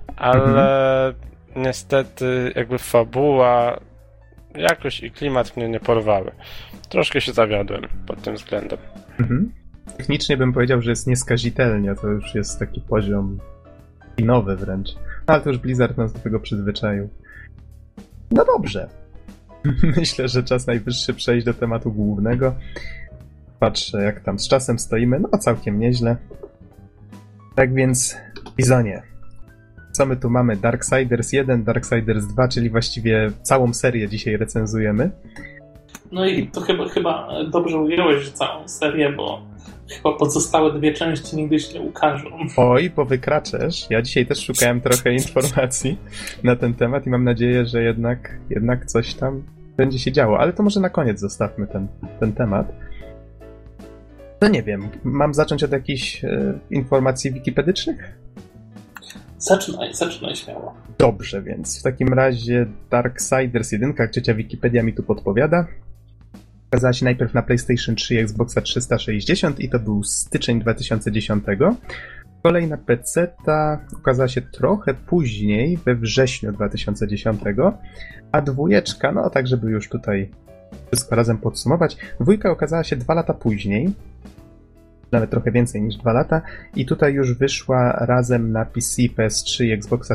ale niestety jakby fabuła, jakość i klimat mnie nie porwały. Troszkę się zawiodłem pod tym względem. Technicznie bym powiedział, że jest nieskazitelnie. To już jest taki poziom kinowy wręcz. No, ale to już Blizzard nas do tego przyzwyczaił. No dobrze. Myślę, że czas najwyższy przejść do tematu głównego. Patrzę, jak tam z czasem stoimy. No, całkiem nieźle. Tak więc, Bizonie, co my tu mamy? Darksiders 1, Darksiders 2, czyli właściwie całą serię dzisiaj recenzujemy. No i to chyba dobrze ująłeś, że całą serię, bo chyba pozostałe 2 części nigdy się nie ukażą. Oj, bo wykraczesz. Ja dzisiaj też szukałem trochę informacji na ten temat i mam nadzieję, że jednak coś tam będzie się działo. Ale to może na koniec zostawmy ten temat. No nie wiem, mam zacząć od jakichś informacji wikipedycznych? Zaczynaj śmiało. Dobrze, więc w takim razie Darksiders 1, jak trzecia Wikipedia mi tu podpowiada, ukazała się najpierw na PlayStation 3 i Xboxa 360 i to był styczeń 2010. Kolej na PC-ta ukazała się trochę później, we wrześniu 2010, a dwójeczka, no tak żeby już tutaj wszystko razem podsumować, dwójka ukazała się 2 lata później, nawet trochę więcej niż 2 lata i tutaj już wyszła razem na PC, PS3 i Xboxa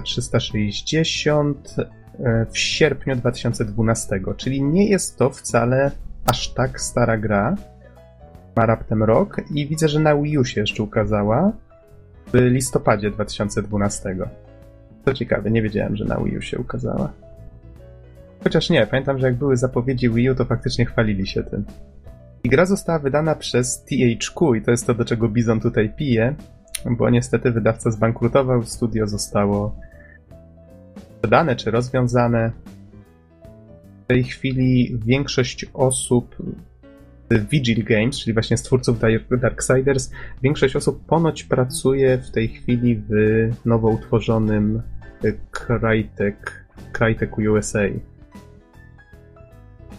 360 w sierpniu 2012, czyli nie jest to wcale aż tak stara gra, ma raptem rok i widzę, że na Wii U się jeszcze ukazała w listopadzie 2012. To ciekawe, nie wiedziałem, że na Wii U się ukazała. Chociaż nie, pamiętam, że jak były zapowiedzi Wii U, to faktycznie chwalili się tym. I gra została wydana przez THQ i to jest to, do czego Bizon tutaj pije, bo niestety wydawca zbankrutował, studio zostało sprzedane czy rozwiązane. W tej chwili większość osób z Vigil Games, czyli właśnie z twórców Darksiders, większość osób ponoć pracuje w tej chwili w nowo utworzonym Crytek USA.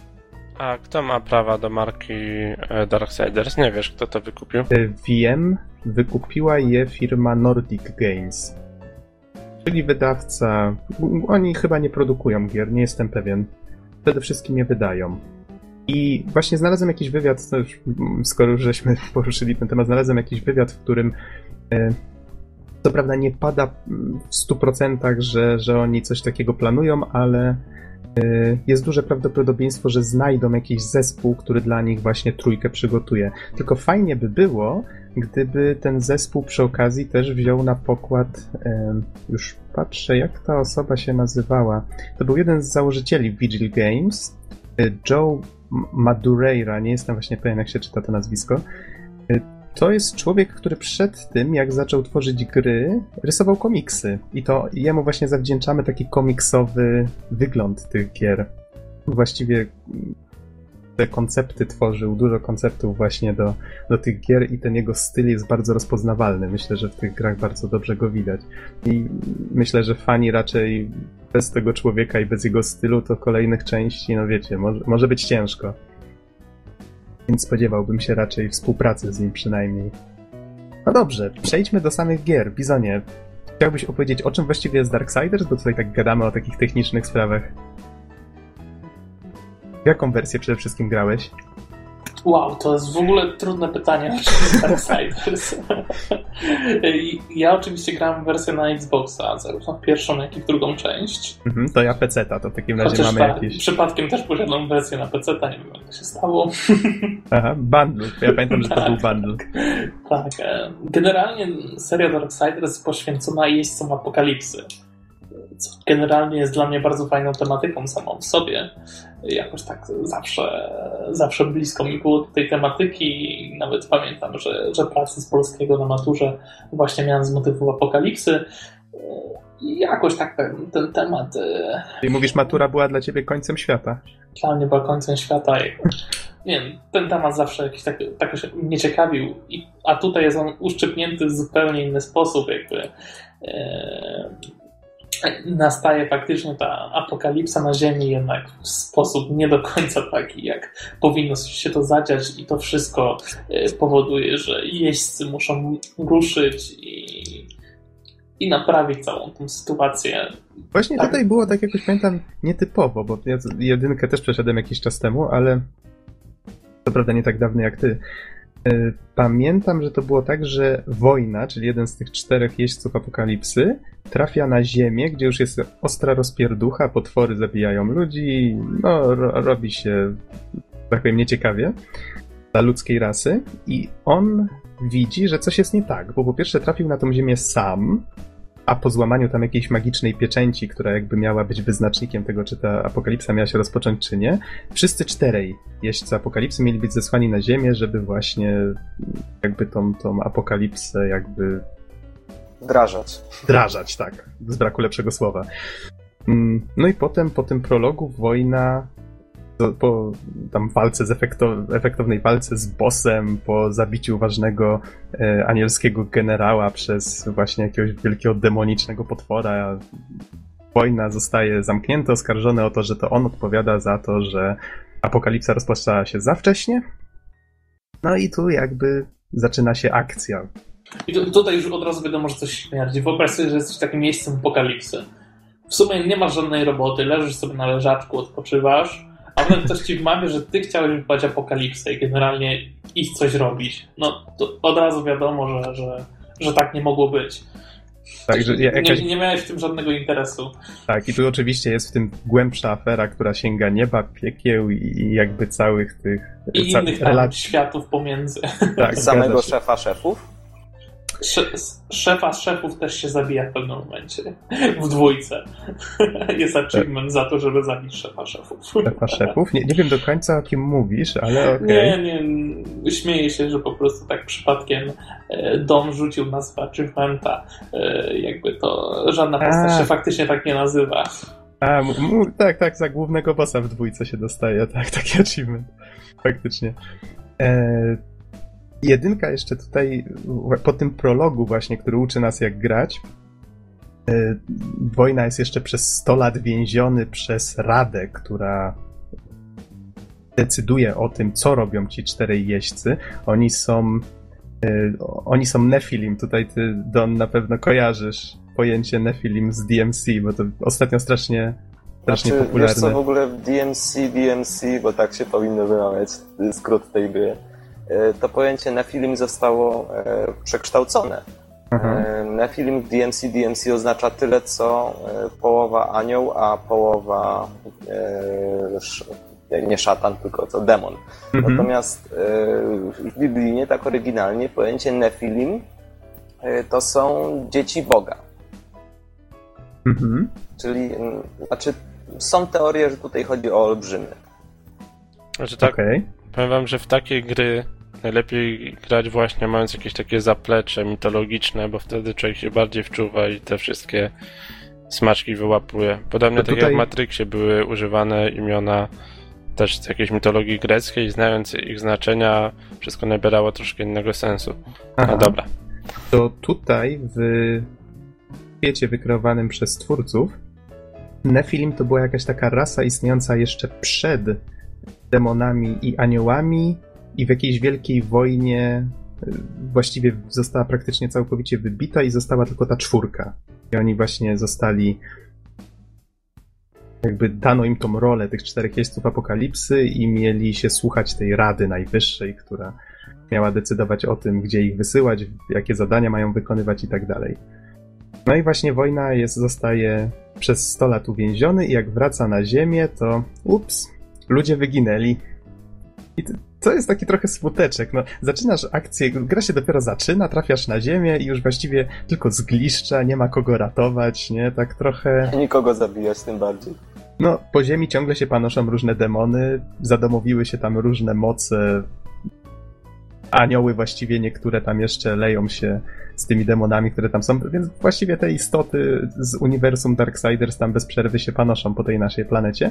A kto ma prawa do marki Darksiders? Nie wiesz, kto to wykupił? Wiem, wykupiła je firma Nordic Games, czyli wydawca. Oni chyba nie produkują gier, nie jestem pewien. Przede wszystkim je wydają. I właśnie znalazłem jakiś wywiad, to już, skoro już żeśmy poruszyli ten temat, znalazłem jakiś wywiad, w którym co prawda nie pada w 100%, że oni coś takiego planują, ale jest duże prawdopodobieństwo, że znajdą jakiś zespół, który dla nich właśnie trójkę przygotuje. Tylko fajnie by było, gdyby ten zespół przy okazji też wziął na pokład, już patrzę jak ta osoba się nazywała, to był jeden z założycieli Vigil Games, Joe Madureira, nie jestem właśnie pewien jak się czyta to nazwisko. To jest człowiek, który przed tym, jak zaczął tworzyć gry, rysował komiksy. I to jemu właśnie zawdzięczamy taki komiksowy wygląd tych gier. Właściwie te koncepty tworzył, dużo konceptów właśnie do tych gier i ten jego styl jest bardzo rozpoznawalny. Myślę, że w tych grach bardzo dobrze go widać. I myślę, że fani raczej bez tego człowieka i bez jego stylu to kolejnych części, no wiecie, może być ciężko. Więc spodziewałbym się raczej współpracy z nim przynajmniej. No dobrze, przejdźmy do samych gier. Bizonie, chciałbyś opowiedzieć, o czym właściwie jest Darksiders? Bo tutaj tak gadamy o takich technicznych sprawach. Jaką wersję przede wszystkim grałeś? Wow, to jest w ogóle trudne pytanie, o czym jest Darksiders. Ja oczywiście grałem w wersję na Xboxa, zarówno w pierwszą, jak i w drugą część. To ja PC-ta, to w takim razie chociaż mamy jakieś... Przypadkiem też posiadam wersję na PC-ta, nie wiem jak to się stało. Aha, bundle. Ja pamiętam, że to był bundle. Tak. Generalnie seria Darksiders jest poświęcona jeźdźcom apokalipsy. Co generalnie jest dla mnie bardzo fajną tematyką samą w sobie. Jakoś tak zawsze blisko mi było do tej tematyki. Nawet pamiętam, że pracę z polskiego na maturze właśnie miałem z motywu apokalipsy. I jakoś tak ten temat... I mówisz, matura była dla ciebie końcem świata? Dla mnie była końcem świata. Nie wiem, ten temat zawsze jakiś tak mnie ciekawił. A tutaj jest on uszczypnięty w zupełnie inny sposób. Jakby... nastaje faktycznie ta apokalipsa na Ziemi jednak w sposób nie do końca taki, jak powinno się to zadziać i to wszystko powoduje, że jeźdźcy muszą ruszyć i naprawić całą tą sytuację. Właśnie tak. Tutaj było tak jakoś pamiętam nietypowo, bo ja jedynkę też przeszedłem jakiś czas temu, ale to prawda nie tak dawno jak ty. Pamiętam, że to było tak, że wojna, czyli jeden z tych 4 jeźdźców apokalipsy, trafia na ziemię, gdzie już jest ostra rozpierducha, potwory zabijają ludzi, no robi się, tak powiem, nieciekawie dla ludzkiej rasy i on widzi, że coś jest nie tak, bo po pierwsze trafił na tą ziemię sam, a po złamaniu tam jakiejś magicznej pieczęci, która jakby miała być wyznacznikiem tego, czy ta apokalipsa miała się rozpocząć, czy nie, wszyscy 4 jeźdźcy apokalipsy mieli być zesłani na ziemię, żeby właśnie jakby tą apokalipsę jakby... Drażać, tak. Z braku lepszego słowa. No i potem po tym prologu wojna, po tam walce efektownej walce z bossem, po zabiciu ważnego anielskiego generała przez właśnie jakiegoś wielkiego demonicznego potwora, wojna zostaje zamknięta, oskarżony o to, że to on odpowiada za to, że apokalipsa rozpoczęła się za wcześnie. No i tu jakby zaczyna się akcja. I tutaj już od razu wiadomo, że coś śmierdzi. Wyobraź sobie, że jesteś takim miejscem apokalipsy. W sumie nie masz żadnej roboty, leżysz sobie na leżaczku, odpoczywasz, a potem ktoś ci wmawia, że ty chciałeś wybrać apokalipsę i generalnie iść coś robić. No to od razu wiadomo, że tak nie mogło być. Tak, że nie miałeś w tym żadnego interesu. Tak, i tu oczywiście jest w tym głębsza afera, która sięga nieba, piekieł i jakby całych tych... I innych relacji, światów pomiędzy. Tak, samego szefa szefów? Szefa szefów też się zabija w pewnym momencie. W 2. Jest achievement za to, żeby zabić szefa szefów. Szefa szefów? Nie wiem do końca, o kim mówisz, ale okej. Okay. Nie. Śmieję się, że po prostu tak przypadkiem Don rzucił nazwę achievementa. Jakby to żadna postać się faktycznie tak nie nazywa. Tak, za głównego bossa w 2 się dostaje, tak, taki achievement. Faktycznie. Jedynka jeszcze tutaj, po tym prologu właśnie, który uczy nas jak grać, wojna jest jeszcze przez 100 lat więziony przez Radę, która decyduje o tym, co robią ci 4 jeźdźcy. Oni są Oni są Nephilim. Tutaj ty, Don, na pewno kojarzysz pojęcie Nephilim z DMC, bo to ostatnio strasznie popularne. Wiesz co, w ogóle DMC, bo tak się powinno wymawiać skrót tej gry, to pojęcie Nephilim zostało przekształcone. Nephilim w DMC oznacza tyle, co połowa anioł, a połowa nie szatan, tylko co demon. Natomiast w Biblii tak oryginalnie pojęcie Nephilim to są dzieci Boga. Czyli są teorie, że tutaj chodzi o olbrzymy. Znaczy tak, powiem wam, że w takie gry najlepiej grać właśnie mając jakieś takie zaplecze mitologiczne, bo wtedy człowiek się bardziej wczuwa i te wszystkie smaczki wyłapuje. Podobnie tak jak w Matrixie były używane imiona też z jakiejś mitologii greckiej i znając ich znaczenia wszystko nabierało troszkę innego sensu. No dobra. To tutaj w świecie wykreowanym przez twórców Nephilim to była jakaś taka rasa istniejąca jeszcze przed demonami i aniołami i w jakiejś wielkiej wojnie właściwie została praktycznie całkowicie wybita i została tylko ta czwórka. I oni właśnie zostali, jakby dano im tą rolę tych 4 jeźdźców apokalipsy i mieli się słuchać tej Rady Najwyższej, która miała decydować o tym, gdzie ich wysyłać, jakie zadania mają wykonywać i tak dalej. No i właśnie wojna zostaje przez 100 lat uwięziony i jak wraca na ziemię, to ludzie wyginęli. I to jest taki trochę smuteczek. No, zaczynasz akcję, gra się dopiero zaczyna, trafiasz na ziemię i już właściwie tylko zgliszcza, nie ma kogo ratować, nie? Tak trochę... Nikogo zabijać tym bardziej. No, po ziemi ciągle się panoszą różne demony, zadomowiły się tam różne moce, anioły właściwie niektóre tam jeszcze leją się z tymi demonami, które tam są, więc właściwie te istoty z uniwersum Darksiders tam bez przerwy się panoszą po tej naszej planecie.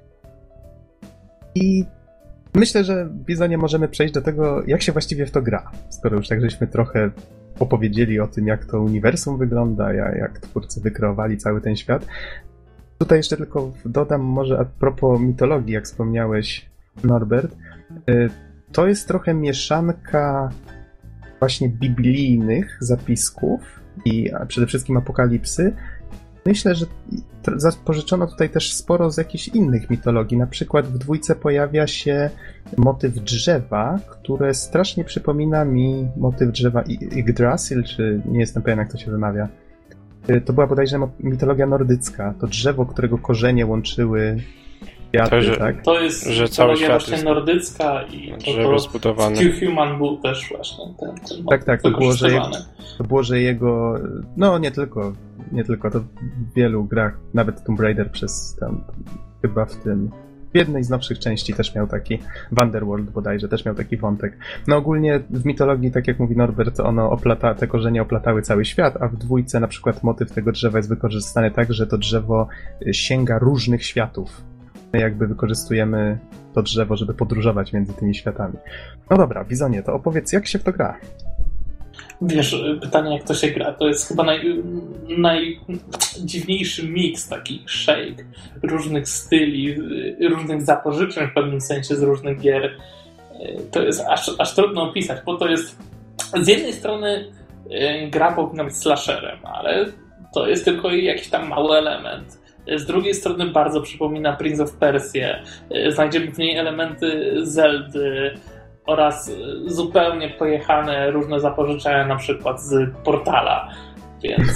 I myślę, że w Bizonie możemy przejść do tego, jak się właściwie w to gra. Skoro już tak żeśmy trochę opowiedzieli o tym, jak to uniwersum wygląda, jak twórcy wykreowali cały ten świat. Tutaj jeszcze tylko dodam może a propos mitologii, jak wspomniałeś, Norbert. To jest trochę mieszanka właśnie biblijnych zapisków i przede wszystkim apokalipsy. Myślę, że pożyczono tutaj też sporo z jakichś innych mitologii. Na przykład w 2 pojawia się motyw drzewa, które strasznie przypomina mi motyw drzewa Yggdrasil, czy nie jestem pewien, jak to się wymawia. To była bodajże mitologia nordycka. To drzewo, którego korzenie łączyły światy, tak? To jest mitologia właśnie nordycka i drzewo zbudowane. Human był też właśnie ten tak, to było, że jego... No, nie tylko, to w wielu grach, nawet Tomb Raider przez tam, chyba w jednej z nowszych części też miał taki, Wonderworld bodajże, też miał taki wątek. No ogólnie w mitologii, tak jak mówi Norbert, te korzenie oplatały cały świat, a w 2 na przykład motyw tego drzewa jest wykorzystany tak, że to drzewo sięga różnych światów. My jakby wykorzystujemy to drzewo, żeby podróżować między tymi światami. No dobra, Bizonie, to opowiedz, jak się w to gra? Wiesz, pytanie jak to się gra, to jest chyba najdziwniejszy miks, taki shake różnych styli, różnych zapożyczeń w pewnym sensie z różnych gier. To jest aż trudno opisać, bo to jest z jednej strony gra powinna być slasherem, ale to jest tylko jakiś tam mały element. Z drugiej strony bardzo przypomina Prince of Persia. Znajdziemy w niej elementy Zeldy oraz zupełnie pojechane różne zapożyczenia, na przykład z Portala. Więc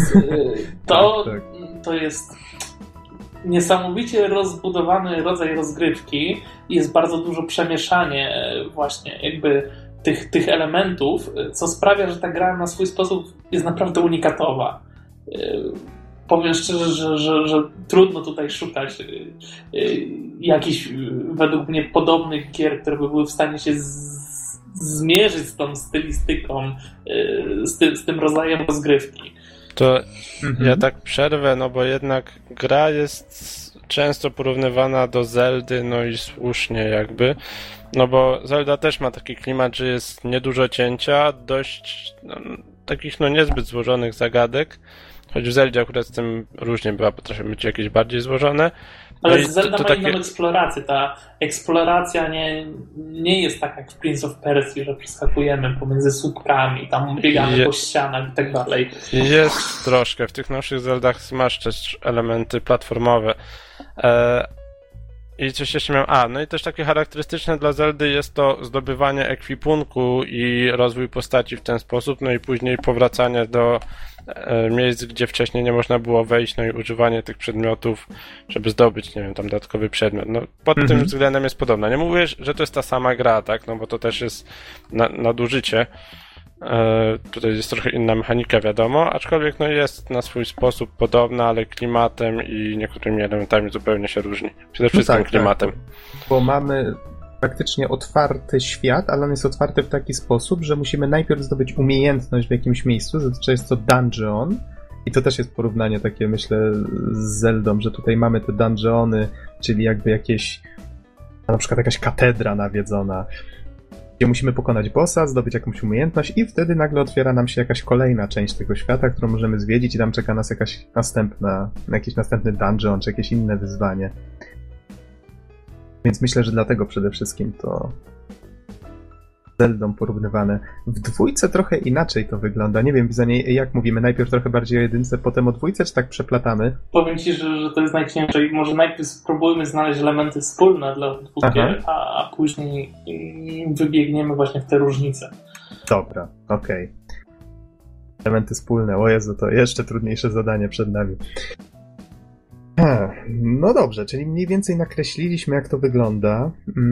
to jest niesamowicie rozbudowany rodzaj rozgrywki. Jest bardzo dużo przemieszanie właśnie jakby tych elementów, co sprawia, że ta gra na swój sposób jest naprawdę unikatowa. Powiem szczerze, że trudno tutaj szukać jakichś według mnie podobnych gier, które by były w stanie się zmierzyć z tą stylistyką, z tym rodzajem rozgrywki. To ja tak przerwę, no bo jednak gra jest często porównywana do Zeldy, no i słusznie jakby, no bo Zelda też ma taki klimat, że jest niedużo cięcia, dość takich niezbyt złożonych zagadek, choć w Zeldzie akurat z tym różnie bywa, potrafią być jakieś bardziej złożone. Ale Zelda ma inną eksplorację. Ta eksploracja nie jest tak jak w Prince of Persia, że przeskakujemy pomiędzy słupkami, tam biegamy po ścianach i tak dalej. Jest troszkę. W tych nowszych Zeldach masz też elementy platformowe. I coś jeszcze miałem. No i też takie charakterystyczne dla Zeldy jest to zdobywanie ekwipunku i rozwój postaci w ten sposób, no i później powracanie do miejsc, gdzie wcześniej nie można było wejść, no i używanie tych przedmiotów, żeby zdobyć, nie wiem, tam dodatkowy przedmiot. No pod tym względem jest podobna. Nie mówię, że to jest ta sama gra, tak, no bo to też jest nadużycie. Tutaj jest trochę inna mechanika, wiadomo, aczkolwiek no jest na swój sposób podobna, ale klimatem i niektórymi elementami zupełnie się różni. Przede wszystkim klimatem. Tak, bo mamy praktycznie otwarty świat, ale on jest otwarty w taki sposób, że musimy najpierw zdobyć umiejętność w jakimś miejscu, zazwyczaj jest to dungeon i to też jest porównanie takie, myślę, z Zeldą, że tutaj mamy te dungeony, czyli jakby na przykład jakaś katedra nawiedzona, gdzie musimy pokonać bossa, zdobyć jakąś umiejętność i wtedy nagle otwiera nam się jakaś kolejna część tego świata, którą możemy zwiedzić i tam czeka nas jakiś następny dungeon, czy jakieś inne wyzwanie. Więc myślę, że dlatego przede wszystkim to z Zeldą porównywane. W dwójce trochę inaczej to wygląda. Nie wiem, jak mówimy, najpierw trochę bardziej o jedynce, potem o dwójce, czy tak przeplatamy? Powiem ci, że to jest najciężej. Może najpierw spróbujmy znaleźć elementy wspólne dla dwóch gier, a później wybiegniemy właśnie w te różnice. Dobra, okej. Elementy wspólne, o Jezu, to jeszcze trudniejsze zadanie przed nami. No dobrze, czyli mniej więcej nakreśliliśmy, jak to wygląda.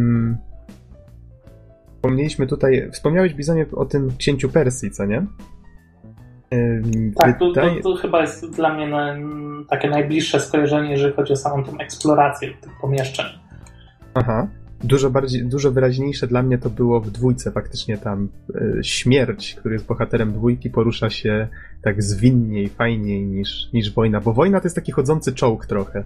Wspomniałeś, Bizonie, o tym Księciu Persji, co nie? Tak, to chyba jest dla mnie takie najbliższe skojarzenie, jeżeli chodzi o samą tą eksplorację tych pomieszczeń. Aha. Dużo wyraźniejsze dla mnie to było w dwójce. Faktycznie tam śmierć, który jest bohaterem dwójki, porusza się tak zwinniej, fajniej niż wojna, bo wojna to jest taki chodzący czołg trochę.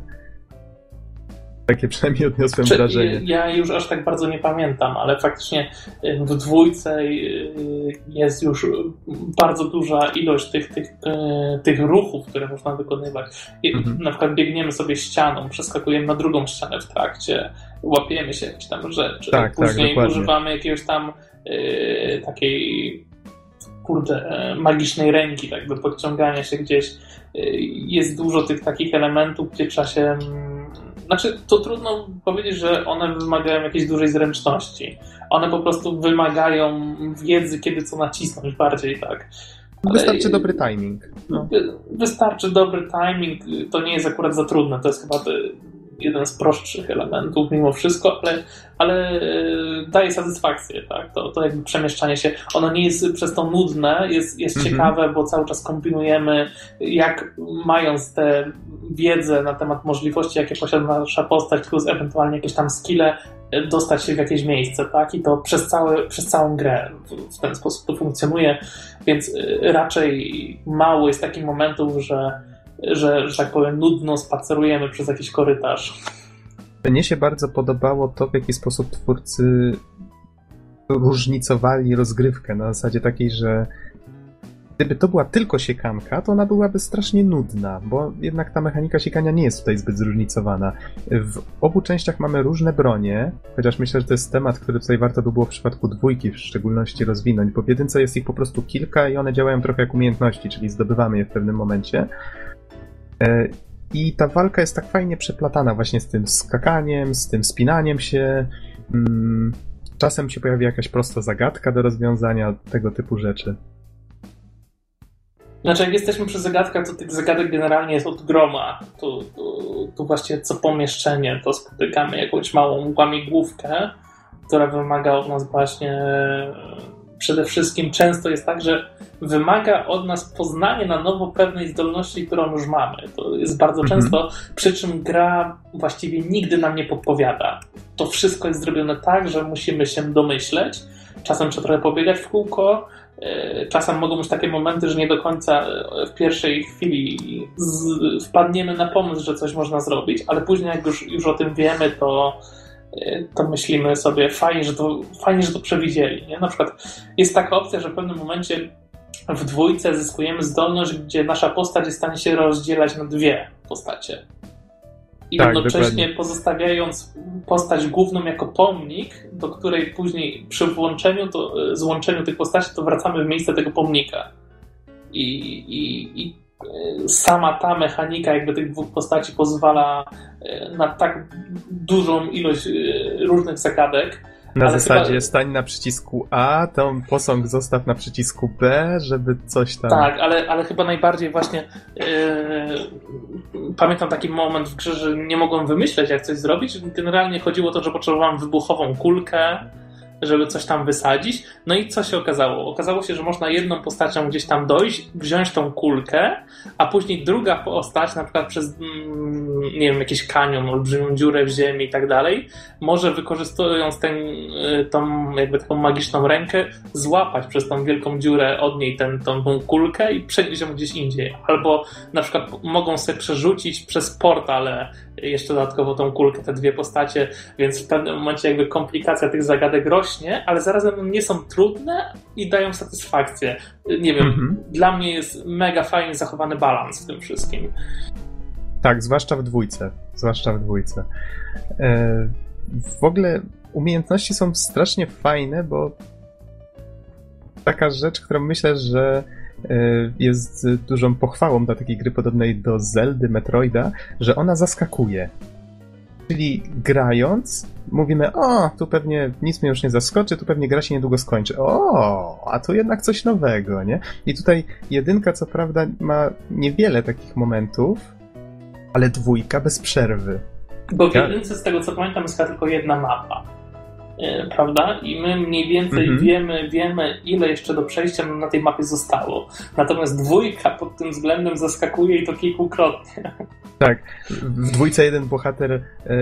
Takie przynajmniej odniosłem wrażenie. Ja już aż tak bardzo nie pamiętam, ale faktycznie w dwójce jest już bardzo duża ilość tych ruchów, które można wykonywać. Na przykład biegniemy sobie ścianą, przeskakujemy na drugą ścianę w trakcie, łapiemy się jakieś tam rzeczy. Później używamy jakiegoś tam takiej magicznej ręki, tak, do podciągania się gdzieś. Jest dużo tych takich elementów, gdzie trzeba się... Znaczy, to trudno powiedzieć, że one wymagają jakiejś dużej zręczności. One po prostu wymagają wiedzy, kiedy co nacisnąć bardziej, tak. Wystarczy dobry timing. No. Wystarczy dobry timing. To nie jest akurat za trudne. To jest chyba jeden z prostszych elementów mimo wszystko, ale daje satysfakcję, tak? To jakby przemieszczanie się, ono nie jest przez to nudne, jest ciekawe, bo cały czas kombinujemy, jak mając tę wiedzę na temat możliwości, jakie posiada nasza postać, plus ewentualnie jakieś tam skille, dostać się w jakieś miejsce, tak? I to przez całą grę w ten sposób to funkcjonuje, więc raczej mało jest takich momentów, że tak powiem, nudno spacerujemy przez jakiś korytarz. Mnie się bardzo podobało to, w jaki sposób twórcy różnicowali rozgrywkę na zasadzie takiej, że gdyby to była tylko siekanka, to ona byłaby strasznie nudna, bo jednak ta mechanika siekania nie jest tutaj zbyt zróżnicowana. W obu częściach mamy różne bronie, chociaż myślę, że to jest temat, który tutaj warto by było w przypadku dwójki w szczególności rozwinąć, bo w jedynce jest ich po prostu kilka i one działają trochę jak umiejętności, czyli zdobywamy je w pewnym momencie. I ta walka jest tak fajnie przeplatana właśnie z tym skakaniem, z tym spinaniem się. Czasem się pojawi jakaś prosta zagadka do rozwiązania, tego typu rzeczy. Znaczy, jak jesteśmy przy zagadkach, to tych zagadek generalnie jest od groma. Tu właściwie co pomieszczenie to spotykamy jakąś małą łamigłówkę, która wymaga od nas właśnie... Przede wszystkim często jest tak, że wymaga od nas poznania na nowo pewnej zdolności, którą już mamy. To jest bardzo często, przy czym gra właściwie nigdy nam nie podpowiada. To wszystko jest zrobione tak, że musimy się domyśleć. Czasem trzeba trochę pobiegać w kółko. Czasem mogą być takie momenty, że nie do końca w pierwszej chwili wpadniemy na pomysł, że coś można zrobić, ale później jak już o tym wiemy, to myślimy sobie, fajnie, że to przewidzieli. Nie? Na przykład jest taka opcja, że w pewnym momencie w dwójce zyskujemy zdolność, gdzie nasza postać jest w stanie się rozdzielać na dwie postacie. i Tak, jednocześnie dokładnie. pozostawiając postać główną jako pomnik, do której później przy złączeniu tych postaci to wracamy w miejsce tego pomnika. I sama ta mechanika jakby tych dwóch postaci pozwala na tak dużą ilość różnych zagadek. Na Ale zasadzie chyba... stań na przycisku A, tą posąg zostaw na przycisku B, żeby coś tam... Tak, ale chyba najbardziej właśnie pamiętam taki moment w grze, że nie mogłem wymyśleć, jak coś zrobić. Generalnie chodziło o to, że potrzebowałem wybuchową kulkę, żeby coś tam wysadzić. No i co się okazało? Okazało się, że można jedną postacią gdzieś tam dojść, wziąć tą kulkę, a później druga postać, na przykład przez, nie wiem, jakiś kanion, olbrzymią dziurę w ziemi i tak dalej, może wykorzystując tą jakby taką magiczną rękę, złapać przez tą wielką dziurę od niej tą kulkę i przenieść ją gdzieś indziej. Albo na przykład mogą sobie przerzucić przez portal jeszcze dodatkowo tą kulkę, te dwie postacie, więc w pewnym momencie jakby komplikacja tych zagadek rośnie, ale zarazem nie są trudne i dają satysfakcję. Nie wiem, dla mnie jest mega fajnie zachowany balans w tym wszystkim. Tak, zwłaszcza w dwójce. W ogóle umiejętności są strasznie fajne, bo taka rzecz, którą myślę, że jest dużą pochwałą dla takiej gry podobnej do Zeldy, Metroida, że ona zaskakuje. Czyli grając mówimy, o, tu pewnie nic mnie już nie zaskoczy, tu pewnie gra się niedługo skończy. O, a tu jednak coś nowego, nie? I tutaj jedynka co prawda ma niewiele takich momentów, ale dwójka bez przerwy. Bo w jedynce, z tego co pamiętam, jest chyba tylko jedna mapa. Prawda? I my mniej więcej wiemy, ile jeszcze do przejścia na tej mapie zostało. Natomiast dwójka pod tym względem zaskakuje i to kilkukrotnie. Tak. W dwójce jeden bohater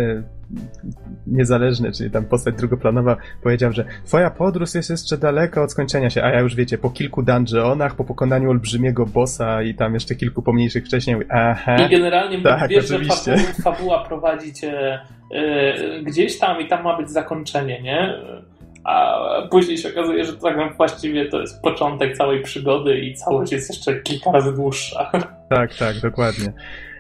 niezależny, czyli tam postać drugoplanowa powiedział, że twoja podróż jest jeszcze daleka od skończenia się, a ja już wiecie, po kilku dungeonach, po pokonaniu olbrzymiego bossa i tam jeszcze kilku pomniejszych wcześniej, aha. I generalnie tak, wiesz, oczywiście. że fabuła prowadzi cię gdzieś tam i tam ma być zakończenie, nie? A później się okazuje, że tak właściwie to jest początek całej przygody i całość jest jeszcze kilka razy dłuższa. Tak, dokładnie.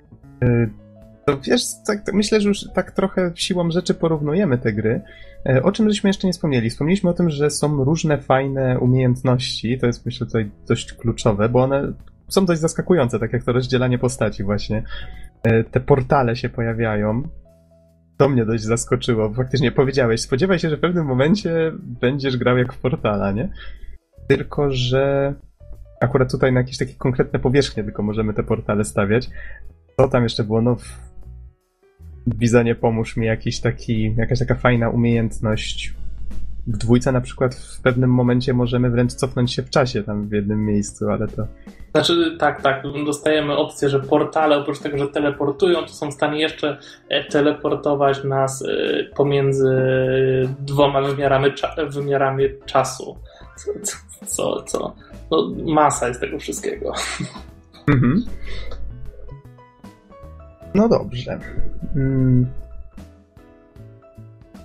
To wiesz, tak, myślę, że już tak trochę siłą rzeczy porównujemy te gry. O czym żeśmy jeszcze nie wspomnieli? Wspomnieliśmy o tym, że są różne fajne umiejętności, to jest myślę tutaj dość kluczowe, bo one są dość zaskakujące, tak jak to rozdzielanie postaci właśnie. Te portale się pojawiają. To mnie dość zaskoczyło. Faktycznie powiedziałeś, spodziewaj się, że w pewnym momencie będziesz grał jak w Portala, nie? Tylko że akurat tutaj na jakieś takie konkretne powierzchnie tylko możemy te portale stawiać. Co tam jeszcze było? No w Bizonie pomóż mi jakaś taka fajna umiejętność. W dwójce na przykład w pewnym momencie możemy wręcz cofnąć się w czasie tam w jednym miejscu, ale to... Znaczy tak, dostajemy opcję, że portale oprócz tego, że teleportują, to są w stanie jeszcze teleportować nas pomiędzy dwoma wymiarami czasu. Co? No, masa jest tego wszystkiego. Mhm. No dobrze. W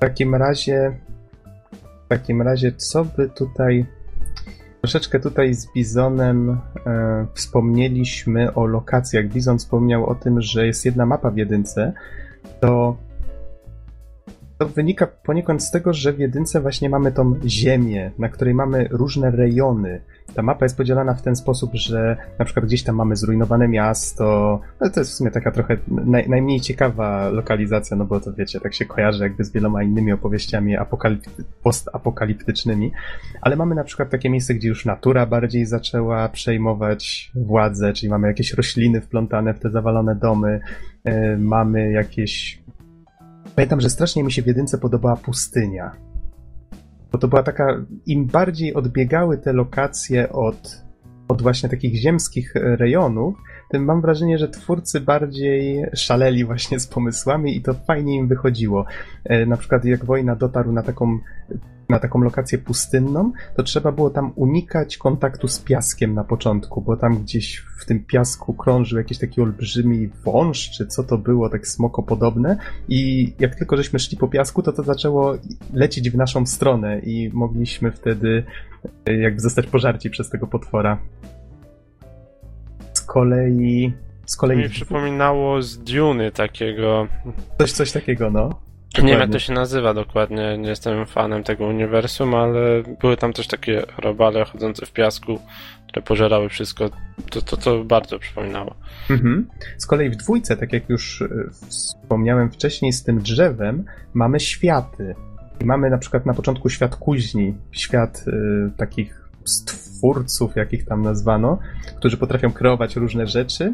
takim razie co by tutaj... Troszeczkę tutaj z Bizonem wspomnieliśmy o lokacjach. Bizon wspomniał o tym, że jest jedna mapa w jedynce. To wynika poniekąd z tego, że w jedynce właśnie mamy tą ziemię, na której mamy różne rejony. Ta mapa jest podzielona w ten sposób, że na przykład gdzieś tam mamy zrujnowane miasto, ale to jest w sumie taka trochę najmniej ciekawa lokalizacja, no bo to wiecie, tak się kojarzy jakby z wieloma innymi opowieściami postapokaliptycznymi, ale mamy na przykład takie miejsce, gdzie już natura bardziej zaczęła przejmować władzę, czyli mamy jakieś rośliny wplątane w te zawalone domy, mamy jakieś... Pamiętam, że strasznie mi się w jedynce podobała pustynia. Bo to była taka, im bardziej odbiegały te lokacje od właśnie takich ziemskich rejonów, tym mam wrażenie, że twórcy bardziej szaleli właśnie z pomysłami i to fajnie im wychodziło. Na przykład jak Wojna dotarł na taką lokację pustynną, to trzeba było tam unikać kontaktu z piaskiem na początku, bo tam gdzieś w tym piasku krążył jakiś taki olbrzymi wąż, czy co to było, tak smokopodobne i jak tylko żeśmy szli po piasku, to zaczęło lecieć w naszą stronę i mogliśmy wtedy jakby zostać pożarci przez tego potwora. Z kolei Z kolei Mi przypominało z Duny takiego... Coś takiego, no. Nie wiem, jak to się nazywa dokładnie, nie jestem fanem tego uniwersum, ale były tam też takie robale chodzące w piasku, które pożerały wszystko. To bardzo przypominało. Mhm. Z kolei w 2, tak jak już wspomniałem wcześniej, z tym drzewem mamy światy. I mamy na przykład na początku świat kuźni, świat takich stwórców, jakich tam nazwano, którzy potrafią kreować różne rzeczy.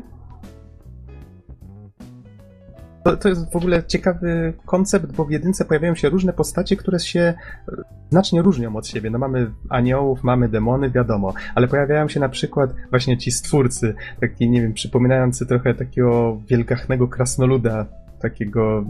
To jest w ogóle ciekawy koncept, bo w 1 pojawiają się różne postacie, które się znacznie różnią od siebie. No mamy aniołów, mamy demony, wiadomo, ale pojawiają się na przykład właśnie ci stwórcy, taki, nie wiem, przypominający trochę takiego wielgachnego krasnoluda, takiego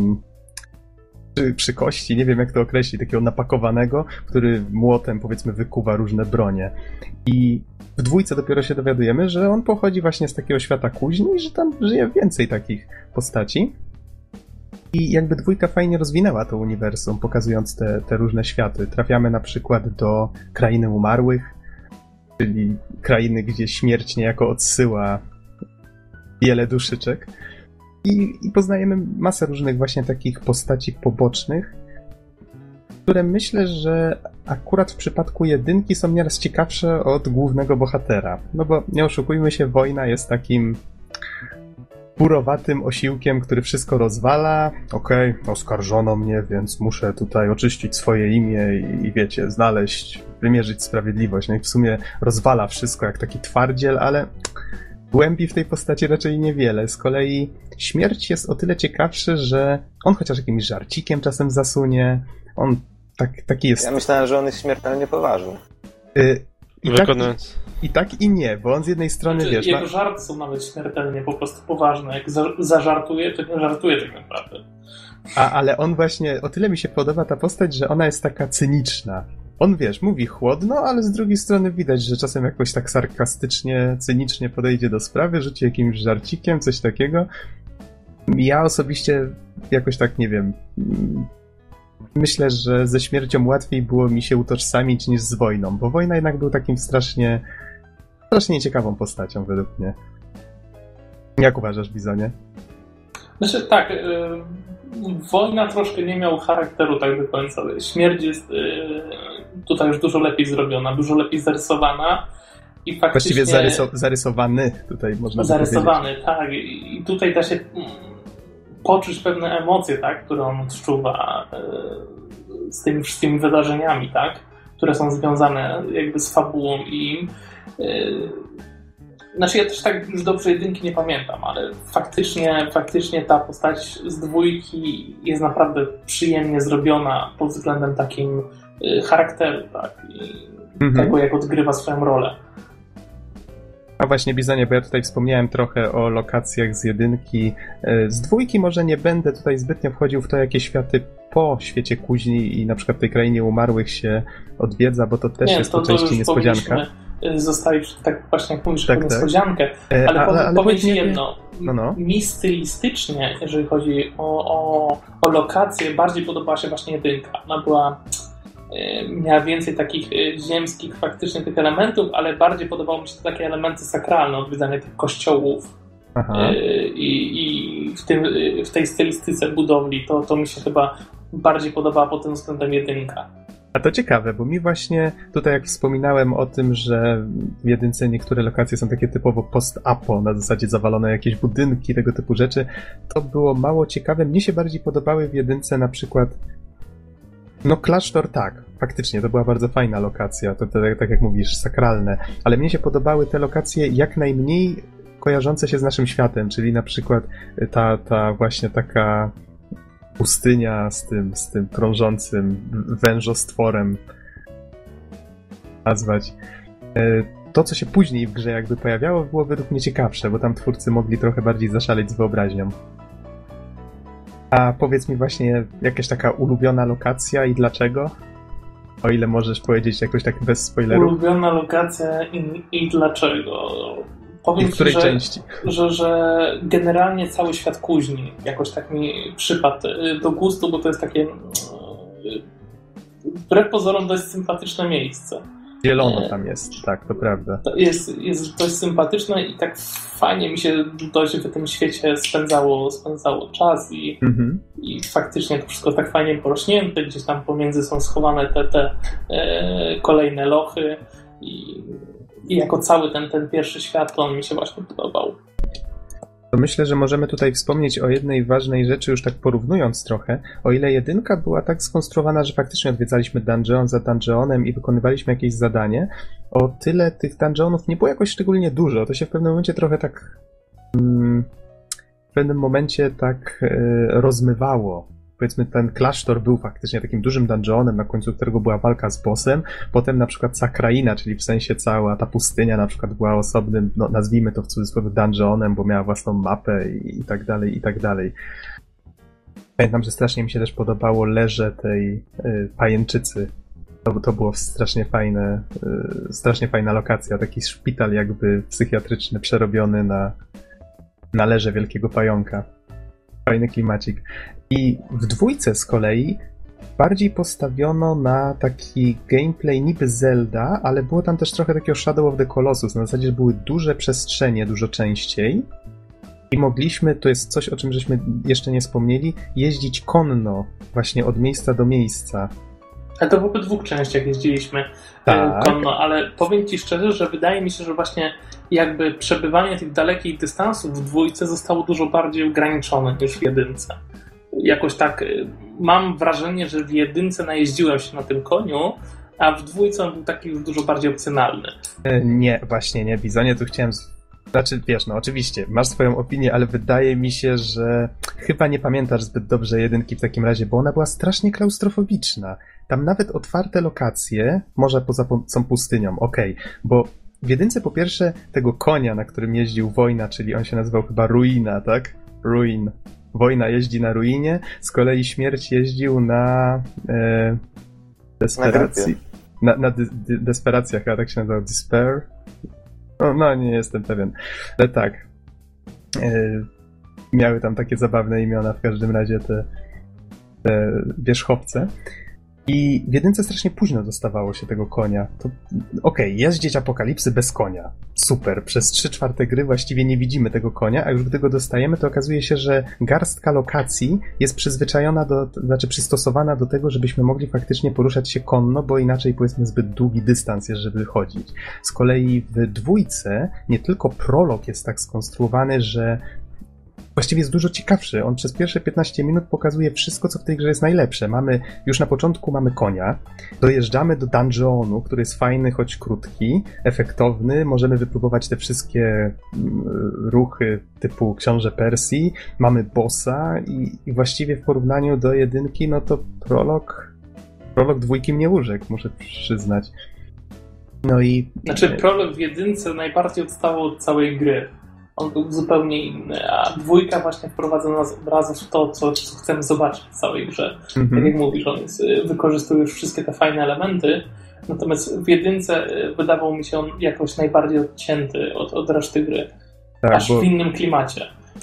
przy kości, nie wiem jak to określić, takiego napakowanego, który młotem, powiedzmy, wykuwa różne bronie. I w 2 dopiero się dowiadujemy, że on pochodzi właśnie z takiego świata kuźni i że tam żyje więcej takich postaci. I jakby 2 fajnie rozwinęła to uniwersum, pokazując te różne światy. Trafiamy na przykład do Krainy Umarłych, czyli krainy, gdzie śmierć niejako odsyła wiele duszyczek. I poznajemy masę różnych właśnie takich postaci pobocznych, które myślę, że akurat w przypadku 1 są nieraz ciekawsze od głównego bohatera. No bo nie oszukujmy się, wojna jest takim purowatym osiłkiem, który wszystko rozwala. Okej, oskarżono mnie, więc muszę tutaj oczyścić swoje imię i wiecie, znaleźć, wymierzyć sprawiedliwość. No i w sumie rozwala wszystko jak taki twardziel, ale głębi w tej postaci raczej niewiele. Z kolei śmierć jest o tyle ciekawszy, że on chociaż jakimś żarcikiem czasem zasunie. On taki jest... Ja myślałem, że on jest śmiertelnie poważny. I tak i nie, bo on z jednej strony, znaczy, wiesz... Jego żarty są nawet śmiertelnie po prostu poważne. Jak zażartuje, to nie żartuje tak naprawdę. Ale on właśnie, o tyle mi się podoba ta postać, że ona jest taka cyniczna. On, wiesz, mówi chłodno, ale z drugiej strony widać, że czasem jakoś tak sarkastycznie, cynicznie podejdzie do sprawy, rzuci jakimś żarcikiem, coś takiego. Ja osobiście jakoś tak, nie wiem... Myślę, że ze śmiercią łatwiej było mi się utożsamić niż z wojną, bo wojna jednak był takim strasznie nieciekawą postacią według mnie. Jak uważasz, Bizonie? Znaczy tak, wojna troszkę nie miał charakteru tak do końca. Śmierć jest tutaj już dużo lepiej zrobiona, dużo lepiej zarysowana i faktycznie... Właściwie zarysowany tutaj można zarysowany, powiedzieć. Tak. I tutaj da się poczuć pewne emocje, tak, które on odczuwa z tymi wszystkimi wydarzeniami, tak, które są związane jakby z fabułą i znaczy ja też tak już dobrze 1 nie pamiętam, ale faktycznie ta postać z 2 jest naprawdę przyjemnie zrobiona pod względem takim charakteru, tak, i tego jak odgrywa swoją rolę. A właśnie, Bizonie, bo ja tutaj wspomniałem trochę o lokacjach z 1. Z 2 może nie będę tutaj zbytnio wchodził w to, jakie światy po świecie kuźni i na przykład tej Krainie Umarłych się odwiedza, bo to też jest po części niespodzianka. Zostawić tak właśnie jak mówisz, niespodziankę. Ale powiem ci jedno. No. Mi stylistycznie, jeżeli chodzi o lokację, bardziej podobała się właśnie 1. Ona miała więcej takich ziemskich faktycznie tych elementów, ale bardziej podobały mi się takie elementy sakralne, odwiedzanie tych kościołów. I w tej stylistyce budowli to mi się chyba bardziej podobała pod tym względem 1. A to ciekawe, bo mi właśnie tutaj jak wspominałem o tym, że w 1 niektóre lokacje są takie typowo post-apo, na zasadzie zawalone jakieś budynki, tego typu rzeczy, to było mało ciekawe. Mnie się bardziej podobały w 1 na przykład klasztor, tak, faktycznie, to była bardzo fajna lokacja, to tak jak mówisz, sakralne, ale mnie się podobały te lokacje jak najmniej kojarzące się z naszym światem, czyli na przykład ta właśnie taka pustynia z tym krążącym wężostworem nazwać. To, co się później w grze jakby pojawiało, było według mnie ciekawsze, bo tam twórcy mogli trochę bardziej zaszaleć z wyobraźnią. A powiedz mi właśnie jakaś taka ulubiona lokacja i dlaczego? O ile możesz powiedzieć jakoś tak bez spoilerów. Ulubiona lokacja i dlaczego? Powiem I w której ci, części? Że generalnie cały świat kuźni jakoś tak mi przypadł do gustu, bo to jest takie wbrew pozorom dość sympatyczne miejsce. Zielono tam jest, tak, to prawda. To jest dość sympatyczne i tak fajnie mi się dość w tym świecie spędzało czas i faktycznie to wszystko tak fajnie porośnięte, gdzieś tam pomiędzy są schowane te kolejne lochy i jako cały ten pierwszy świat to on mi się właśnie podobał. To myślę, że możemy tutaj wspomnieć o jednej ważnej rzeczy, już tak porównując trochę. O ile jedynka była tak skonstruowana, że faktycznie odwiedzaliśmy dungeon za dungeonem i wykonywaliśmy jakieś zadanie, o tyle tych dungeonów nie było jakoś szczególnie dużo. To się w pewnym momencie trochę tak rozmywało. Powiedzmy, ten klasztor był faktycznie takim dużym dungeonem, na końcu którego była walka z bossem. Potem na przykład Sakraina, czyli w sensie cała ta pustynia na przykład była osobnym, no nazwijmy to w cudzysłowie dungeonem, bo miała własną mapę i tak dalej, i tak dalej. Pamiętam, że strasznie mi się też podobało leże tej pajęczycy. To było strasznie fajna lokacja, taki szpital jakby psychiatryczny przerobiony na leże wielkiego pająka. Fajny klimacik. I w dwójce z kolei bardziej postawiono na taki gameplay niby Zelda, ale było tam też trochę takiego Shadow of the Colossus. Na zasadzie, że były duże przestrzenie dużo częściej i mogliśmy, to jest coś, o czym żeśmy jeszcze nie wspomnieli, jeździć konno właśnie od miejsca do miejsca. Ale to w obydwu częściach jeździliśmy konno, ale powiem Ci szczerze, że wydaje mi się, że właśnie jakby przebywanie tych dalekich dystansów w dwójce zostało dużo bardziej ograniczone niż w jedynce. Jakoś tak mam wrażenie, że w jedynce najeździłem się na tym koniu, a w dwójce on był taki już dużo bardziej opcjonalny. Nie, właśnie nie, Bizonie, tu chciałem... Znaczy, wiesz, no oczywiście, masz swoją opinię, ale wydaje mi się, że chyba nie pamiętasz zbyt dobrze jedynki w takim razie, bo ona była strasznie klaustrofobiczna. Tam nawet otwarte lokacje, może poza są pustynią, okej, bo w jedynce po pierwsze tego konia, na którym jeździł Wojna, czyli on się nazywał chyba Ruina, tak? Ruin. Wojna jeździ na Ruinie, z kolei Śmierć jeździł na Desperacji. Na Desperacjach, a tak się nazywał Despair. No, nie jestem pewien. Ale tak. Miały tam takie zabawne imiona w każdym razie te wierzchowce. I w jedynce strasznie późno dostawało się tego konia. To okej, jest Dzieć Apokalipsy bez konia. Super. Przez 3/4 gry właściwie nie widzimy tego konia, a już gdy go dostajemy, to okazuje się, że garstka lokacji jest przystosowana do tego, żebyśmy mogli faktycznie poruszać się konno, bo inaczej powiedzmy zbyt długi dystans jest, żeby chodzić. Z kolei w dwójce nie tylko prolog jest tak skonstruowany, że właściwie jest dużo ciekawszy. On przez pierwsze 15 minut pokazuje wszystko, co w tej grze jest najlepsze. Już na początku mamy konia, dojeżdżamy do dungeonu, który jest fajny, choć krótki, efektowny, możemy wypróbować te wszystkie ruchy typu Książę Persji, mamy bossa i właściwie w porównaniu do jedynki, no to prolog dwójki mnie urzekł, muszę przyznać. No i... Znaczy prolog w jedynce najbardziej odstawał od całej gry. On był zupełnie inny, a dwójka właśnie wprowadza nas od razu w to, co chcemy zobaczyć w całej grze. Tak jak mówisz, on wykorzystuje już wszystkie te fajne elementy, natomiast w jedynce wydawał mi się on jakoś najbardziej odcięty od reszty gry. Tak, aż w innym klimacie.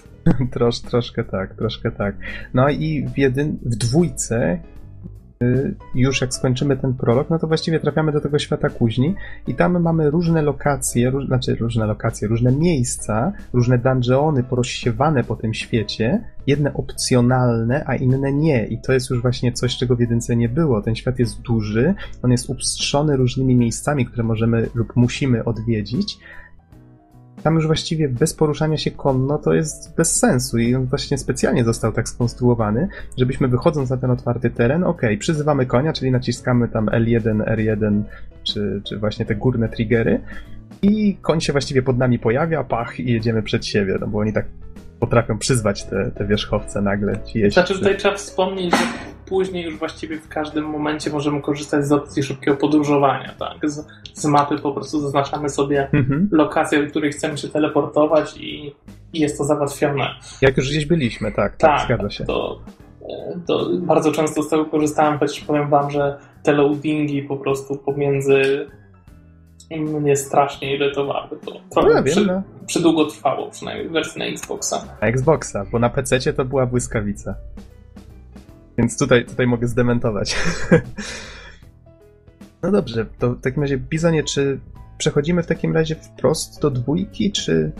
Troszkę tak. No i w dwójce już jak skończymy ten prolog, no to właściwie trafiamy do tego świata kuźni i tam mamy różne lokacje, różne miejsca, różne dungeony porozsiewane po tym świecie, jedne opcjonalne, a inne nie. I to jest już właśnie coś, czego w jedynce nie było. Ten świat jest duży, on jest upstrzony różnymi miejscami, które możemy lub musimy odwiedzić. Tam już właściwie bez poruszania się konno to jest bez sensu i on właśnie specjalnie został tak skonstruowany, żebyśmy wychodząc na ten otwarty teren, przyzywamy konia, czyli naciskamy tam L1, R1 czy właśnie te górne triggery i koń się właściwie pod nami pojawia, pach i jedziemy przed siebie, no bo oni tak potrafią przyzwać te wierzchowce nagle. Znaczy tutaj trzeba wspomnieć, że później już właściwie w każdym momencie możemy korzystać z opcji szybkiego podróżowania, tak? Z mapy po prostu zaznaczamy sobie lokację, do której chcemy się teleportować i jest to załatwione. Jak już gdzieś byliśmy, tak, zgadza się. To bardzo często z tego korzystałem, chociaż powiem wam, że te loadingi po prostu pomiędzy mnie strasznie irytowały. To trochę przydługo trwało, przynajmniej w wersji na Xboxa. Na Xboxa, bo na PC-cie to była błyskawica. Więc tutaj mogę zdementować. No dobrze, to w takim razie, Bizonie, czy przechodzimy w takim razie wprost do 2, czy...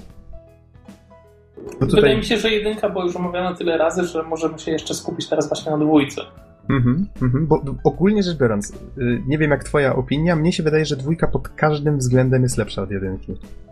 Bo tutaj... Wydaje mi się, że 1 była już omawiana tyle razy, że możemy się jeszcze skupić teraz właśnie na 2. Bo ogólnie rzecz biorąc, nie wiem jak twoja opinia, mnie się wydaje, że 2 pod każdym względem jest lepsza od 1.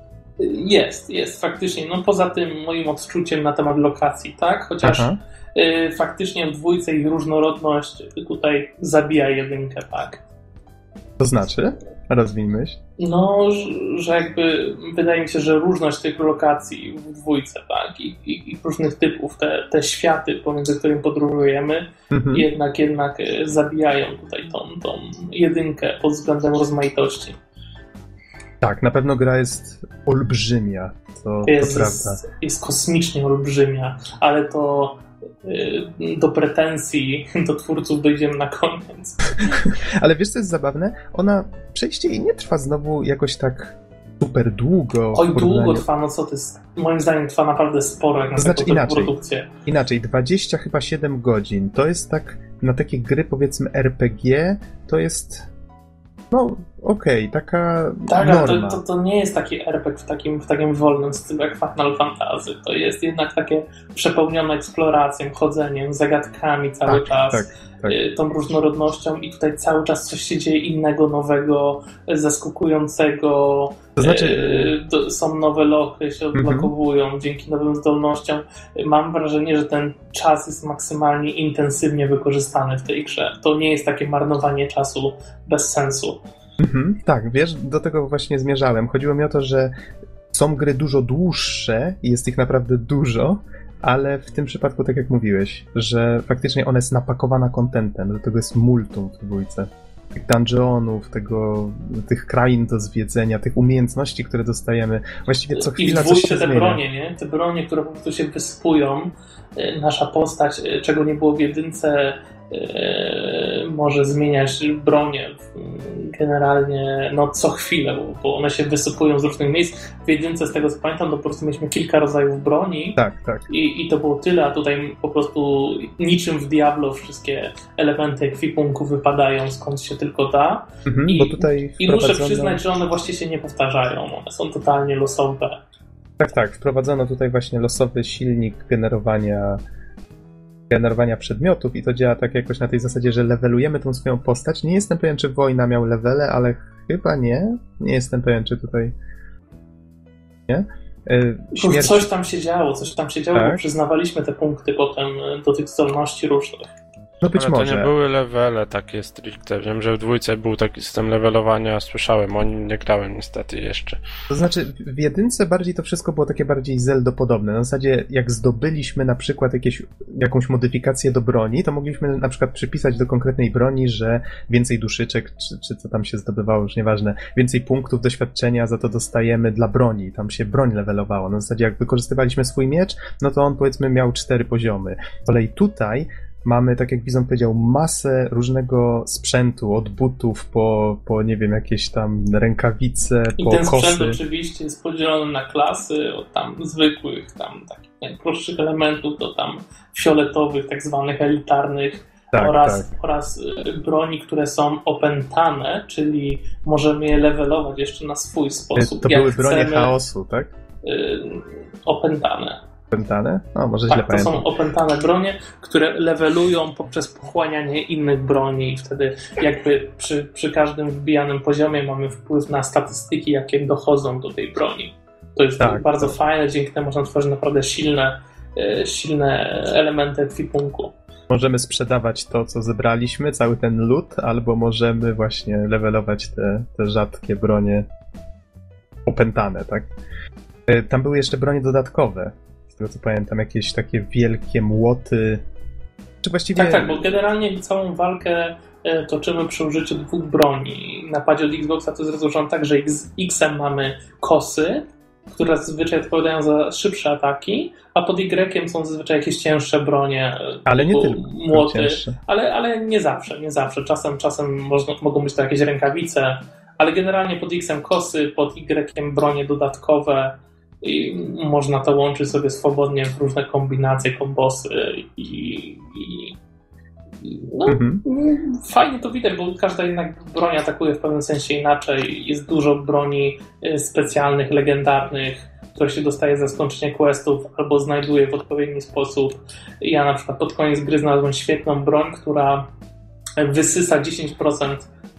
Jest faktycznie. No poza tym moim odczuciem na temat lokacji, tak? Chociaż faktycznie w 2 ich różnorodność tutaj zabija 1, tak? To znaczy? Rozwij myśl. No, że jakby wydaje mi się, że różność tych lokacji w 2, tak? I różnych typów, te światy, pomiędzy którymi podróżujemy, jednak zabijają tutaj tą 1 pod względem rozmaitości. Tak, na pewno gra jest olbrzymia, to prawda. Jest kosmicznie olbrzymia, ale to do pretensji do twórców dojdziemy na koniec. Ale wiesz, co jest zabawne? Przejście jej nie trwa znowu jakoś tak super długo. Oj, długo trwa, no co ty, moim zdaniem trwa naprawdę sporo jak na taką produkcję. Inaczej, 27 godzin, to jest tak, na takie gry powiedzmy RPG, to jest... No, okej, taka norma. Ale to nie jest taki RPG w takim wolnym stylu jak Final Fantasy. To jest jednak takie przepełnione eksploracją, chodzeniem, zagadkami cały czas, tak. Tą różnorodnością i tutaj cały czas coś się dzieje innego, nowego, zaskakującego. To znaczy... Są nowe lochy, się odblokowują dzięki nowym zdolnościom. Mam wrażenie, że ten czas jest maksymalnie intensywnie wykorzystany w tej grze. To nie jest takie marnowanie czasu bez sensu. Tak, wiesz, do tego właśnie zmierzałem. Chodziło mi o to, że są gry dużo dłuższe i jest ich naprawdę dużo, ale w tym przypadku, tak jak mówiłeś, że faktycznie ona jest napakowana contentem, do tego jest multum w 2. Tych dungeonów, tych krain do zwiedzenia, tych umiejętności, które dostajemy. Właściwie co chwila coś się zmienia. Bronie, nie? Te bronie, które po prostu się wysypują. Nasza postać, czego nie było w 1, może zmieniać bronię generalnie co chwilę, bo one się wysypują z różnych miejsc. W 1, z tego co pamiętam, to po prostu mieliśmy kilka rodzajów broni. Tak. I to było tyle, a tutaj po prostu niczym w Diablo wszystkie elementy ekwipunku wypadają skąd się tylko da. Bo tutaj I muszę przyznać, że one właściwie się nie powtarzają. One są totalnie losowe. Tak. Wprowadzono tutaj właśnie losowy silnik generowania przedmiotów i to działa tak jakoś na tej zasadzie, że levelujemy tą swoją postać. Nie jestem pewien, czy Wojna miał levele, ale chyba nie. Nie jestem pewien, czy tutaj... Nie? Coś tam się działo, tak? Bo przyznawaliśmy te punkty potem do tych zdolności różnych. No być może. To nie były levele takie stricte. Wiem, że w 2 był taki system levelowania, słyszałem o nim, nie grałem niestety jeszcze. To znaczy w 1 bardziej to wszystko było takie bardziej Zeldo-podobne. Na zasadzie jak zdobyliśmy na przykład jakąś modyfikację do broni, to mogliśmy na przykład przypisać do konkretnej broni, że więcej duszyczek, czy co tam się zdobywało, już nieważne, więcej punktów doświadczenia za to dostajemy dla broni. Tam się broń levelowała. Na zasadzie jak wykorzystywaliśmy swój miecz, no to on powiedzmy miał 4 poziomy. Z kolei tutaj mamy, tak jak Bizon powiedział, masę różnego sprzętu, od butów po nie wiem, jakieś tam rękawice, po kosy. I ten sprzęt oczywiście jest podzielony na klasy, od tam zwykłych, tam takich najprostszych elementów, do tam fioletowych, tak zwanych elitarnych, oraz broni, które są opętane, czyli możemy je levelować jeszcze na swój sposób. To były bronie chaosu, tak? Opętane. Opętane? O, może źle pamiętam. To są opętane bronie, które levelują poprzez pochłanianie innych broni i wtedy jakby przy każdym wbijanym poziomie mamy wpływ na statystyki, jakie dochodzą do tej broni. To jest bardzo fajne, dzięki temu można tworzyć naprawdę silne elementy ekwipunku. Możemy sprzedawać to, co zebraliśmy, cały ten loot, albo możemy właśnie levelować te rzadkie bronie opętane, tak? Tam były jeszcze bronie dodatkowe. Z tego co pamiętam, jakieś takie wielkie młoty. Czy właściwie... Tak, bo generalnie całą walkę toczymy przy użyciu 2 broni. Na padzie od Xboxa to jest rozłożone tak, że X-em mamy kosy, które zazwyczaj odpowiadają za szybsze ataki, a pod Y są zazwyczaj jakieś cięższe bronie. Ale nie tylko młoty. Ale nie zawsze. Czasem mogą być to jakieś rękawice, ale generalnie pod X-em kosy, pod Y bronie dodatkowe i można to łączyć sobie swobodnie w różne kombinacje, kombosy i No, fajnie to widać, bo każda jednak broń atakuje w pewnym sensie inaczej. Jest dużo broni specjalnych, legendarnych, które się dostaje za skończenie questów albo znajduje w odpowiedni sposób. Ja na przykład pod koniec gry znalazłem świetną broń, która wysysa 10%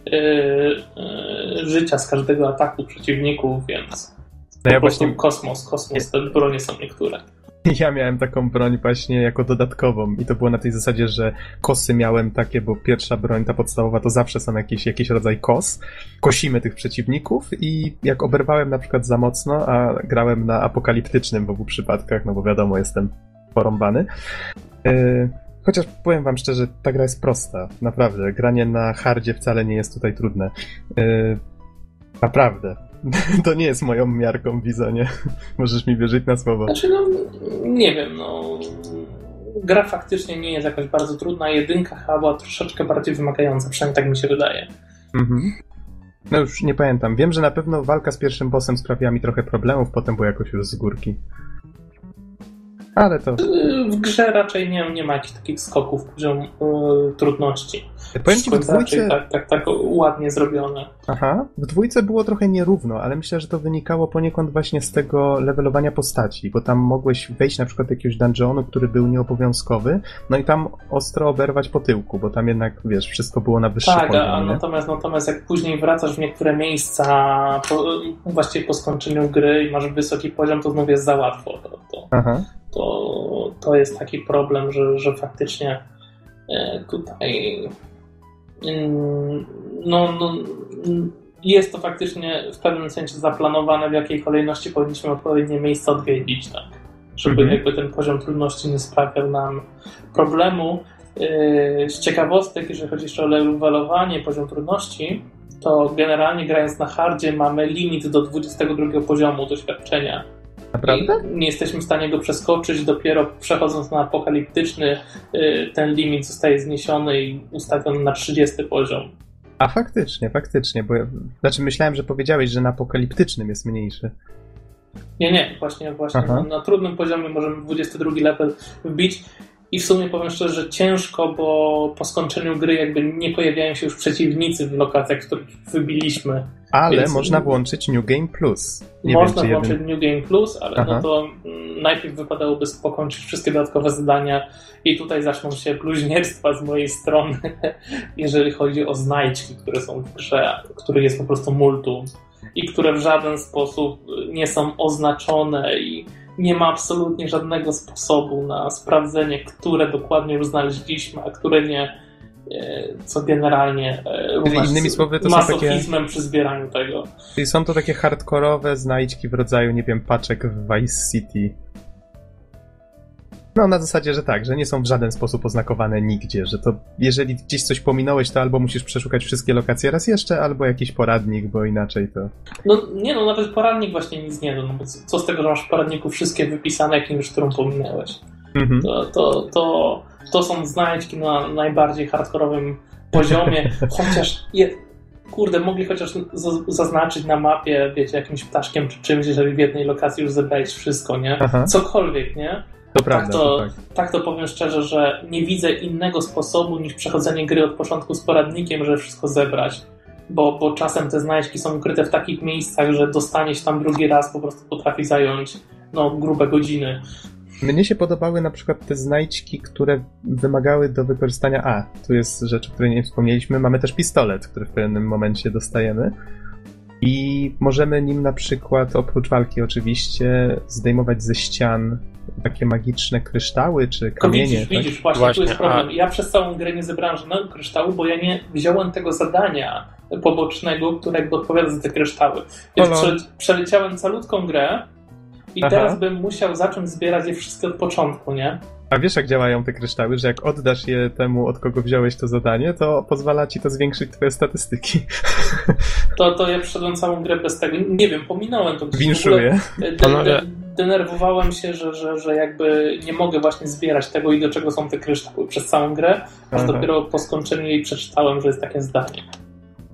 życia z każdego ataku przeciwników, więc po prostu kosmos, te bronie są niektóre. Ja miałem taką broń właśnie jako dodatkową i to było na tej zasadzie, że kosy miałem takie, bo pierwsza broń, ta podstawowa, to zawsze są jakiś rodzaj kos. Kosimy tych przeciwników i jak oberwałem na przykład za mocno, a grałem na apokaliptycznym w obu przypadkach, no bo wiadomo, jestem porąbany. Chociaż powiem wam szczerze, ta gra jest prosta, naprawdę. Granie na hardzie wcale nie jest tutaj trudne. Naprawdę. To nie jest moją miarką, Bizonie. Możesz mi wierzyć na słowo. Znaczy, no, nie wiem, no... Gra faktycznie nie jest jakaś bardzo trudna. Jedynka chyba była troszeczkę bardziej wymagająca, przynajmniej tak mi się wydaje. No już nie pamiętam. Wiem, że na pewno walka z pierwszym bossem sprawiła mi trochę problemów, potem było jakoś już z górki. Ale to... W grze raczej nie ma jakichś takich skoków poziom trudności. Powiem ci, w dwójce... Tak ładnie zrobione. Aha, w dwójce było trochę nierówno, ale myślę, że to wynikało poniekąd właśnie z tego levelowania postaci, bo tam mogłeś wejść na przykład do jakiegoś dungeonu, który był nieobowiązkowy, no i tam ostro oberwać po tyłku, bo tam jednak, wiesz, wszystko było na wyższy poziom. Natomiast jak później wracasz w niektóre miejsca właściwie po skończeniu gry i masz wysoki poziom, to znów jest za łatwo. To jest taki problem, że faktycznie tutaj jest to faktycznie w pewnym sensie zaplanowane, w jakiej kolejności powinniśmy odpowiednie miejsca odwiedzić, tak? Żeby jakby ten poziom trudności nie sprawiał nam problemu. Z ciekawostek, jeżeli chodzi jeszcze o levelowanie, poziom trudności, to generalnie grając na hardzie mamy limit do 22 poziomu doświadczenia. Naprawdę? I nie jesteśmy w stanie go przeskoczyć, dopiero przechodząc na apokaliptyczny ten limit zostaje zniesiony i ustawiony na 30 poziom. A faktycznie, bo znaczy myślałem, że powiedziałeś, że na apokaliptycznym jest mniejszy. Nie, właśnie na trudnym poziomie możemy 22 level wbić i w sumie powiem szczerze, że ciężko, bo po skończeniu gry jakby nie pojawiają się już przeciwnicy w lokacjach, których wybiliśmy. Ale więc można włączyć New Game Plus. Można włączyć New Game Plus, ale no to najpierw wypadałoby pokończyć wszystkie dodatkowe zadania i tutaj zaczną się bluźnierstwa z mojej strony, jeżeli chodzi o znajdźki, które są w grze, których jest po prostu multum i które w żaden sposób nie są oznaczone i nie ma absolutnie żadnego sposobu na sprawdzenie, które dokładnie już znaleźliśmy, a które nie, co generalnie innymi słowy, to masochizmem są takie... przy zbieraniu tego. Czyli są to takie hardkorowe znajdźki w rodzaju, nie wiem, paczek w Vice City. No na zasadzie, że tak, że nie są w żaden sposób oznakowane nigdzie, że to jeżeli gdzieś coś pominąłeś, to albo musisz przeszukać wszystkie lokacje raz jeszcze, albo jakiś poradnik, bo inaczej to... No nawet poradnik właśnie nic nie da, no bo co z tego, że masz w poradniku wszystkie wypisane, jakim już którą pominęłeś. To są znajdźki na najbardziej hardkorowym poziomie, chociaż mogli chociaż zaznaczyć na mapie, wiecie, jakimś ptaszkiem czy czymś, jeżeli w jednej lokacji już zebrałeś wszystko, nie? Cokolwiek, nie? To prawda, tak to powiem szczerze, że nie widzę innego sposobu niż przechodzenie gry od początku z poradnikiem, żeby wszystko zebrać. Bo czasem te znajdźki są ukryte w takich miejscach, że dostanie się tam drugi raz po prostu potrafi zająć grube godziny. Mnie się podobały na przykład te znajdźki, które wymagały do wykorzystania... tu jest rzecz, o której nie wspomnieliśmy. Mamy też pistolet, który w pewnym momencie dostajemy. I możemy nim na przykład, oprócz walki oczywiście, zdejmować ze ścian takie magiczne kryształy czy kamienie. Widzisz, właśnie tu jest problem. Ja przez całą grę nie zebrałem żadnego kryształu, bo ja nie wziąłem tego zadania pobocznego, które jakby odpowiada za te kryształy. Więc przeleciałem calutką grę i teraz bym musiał zacząć zbierać je wszystkie od początku, nie? A wiesz, jak działają te kryształy, że jak oddasz je temu, od kogo wziąłeś to zadanie, to pozwala ci to zwiększyć twoje statystyki. To ja przeszedłem całą grę bez tego. Nie wiem, pominąłem to. Winszuję. Denerwowałem się, że jakby nie mogę właśnie zbierać tego i do czego są te kryształy przez całą grę, aż dopiero po skończeniu jej przeczytałem, że jest takie zdanie.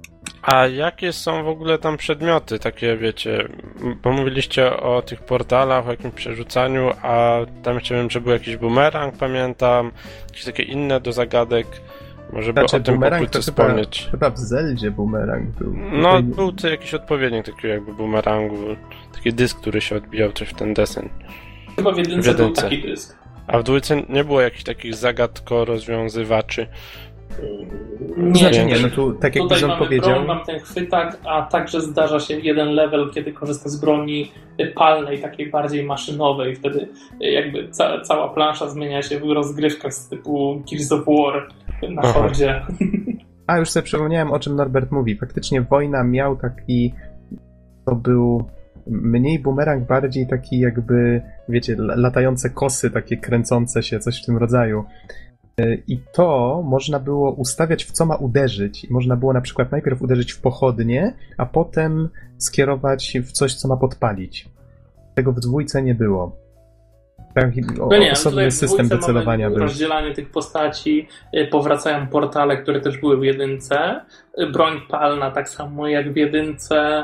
A jakie są w ogóle tam przedmioty, takie wiecie, bo mówiliście o tych portalach, o jakimś przerzucaniu, a tam jeszcze wiem, że był jakiś bumerang, pamiętam, jakieś takie inne do zagadek, może by o tym pokrótce wspomnieć. Chyba w Zeldzie bumerang był. No, był to jakiś odpowiednik takiego jakby bumerangu, taki dysk, który się odbijał coś w ten desen. Chyba w jedynce był taki dysk. A w dwójce nie było jakichś takich zagadko-rozwiązywaczy? Nie, no tu tak jak Bizon powiedział. Broń, mam ten chwytak, a także zdarza się jeden level, kiedy korzysta z broni palnej, takiej bardziej maszynowej. Wtedy jakby cała plansza zmienia się w rozgrywkach z typu Gears of War na hordzie. A już sobie przypomniałem, o czym Norbert mówi. Faktycznie Wojna miał taki... To był mniej bumerang, bardziej taki jakby, wiecie, latające kosy, takie kręcące się, coś w tym rodzaju. I to można było ustawiać, w co ma uderzyć. I można było na przykład najpierw uderzyć w pochodnie, a potem skierować w coś, co ma podpalić. Tego w dwójce nie było. Osobny system docelowania był. Rozdzielanie tych postaci, powracają portale, które też były w jedynce. Broń palna tak samo jak w jedynce.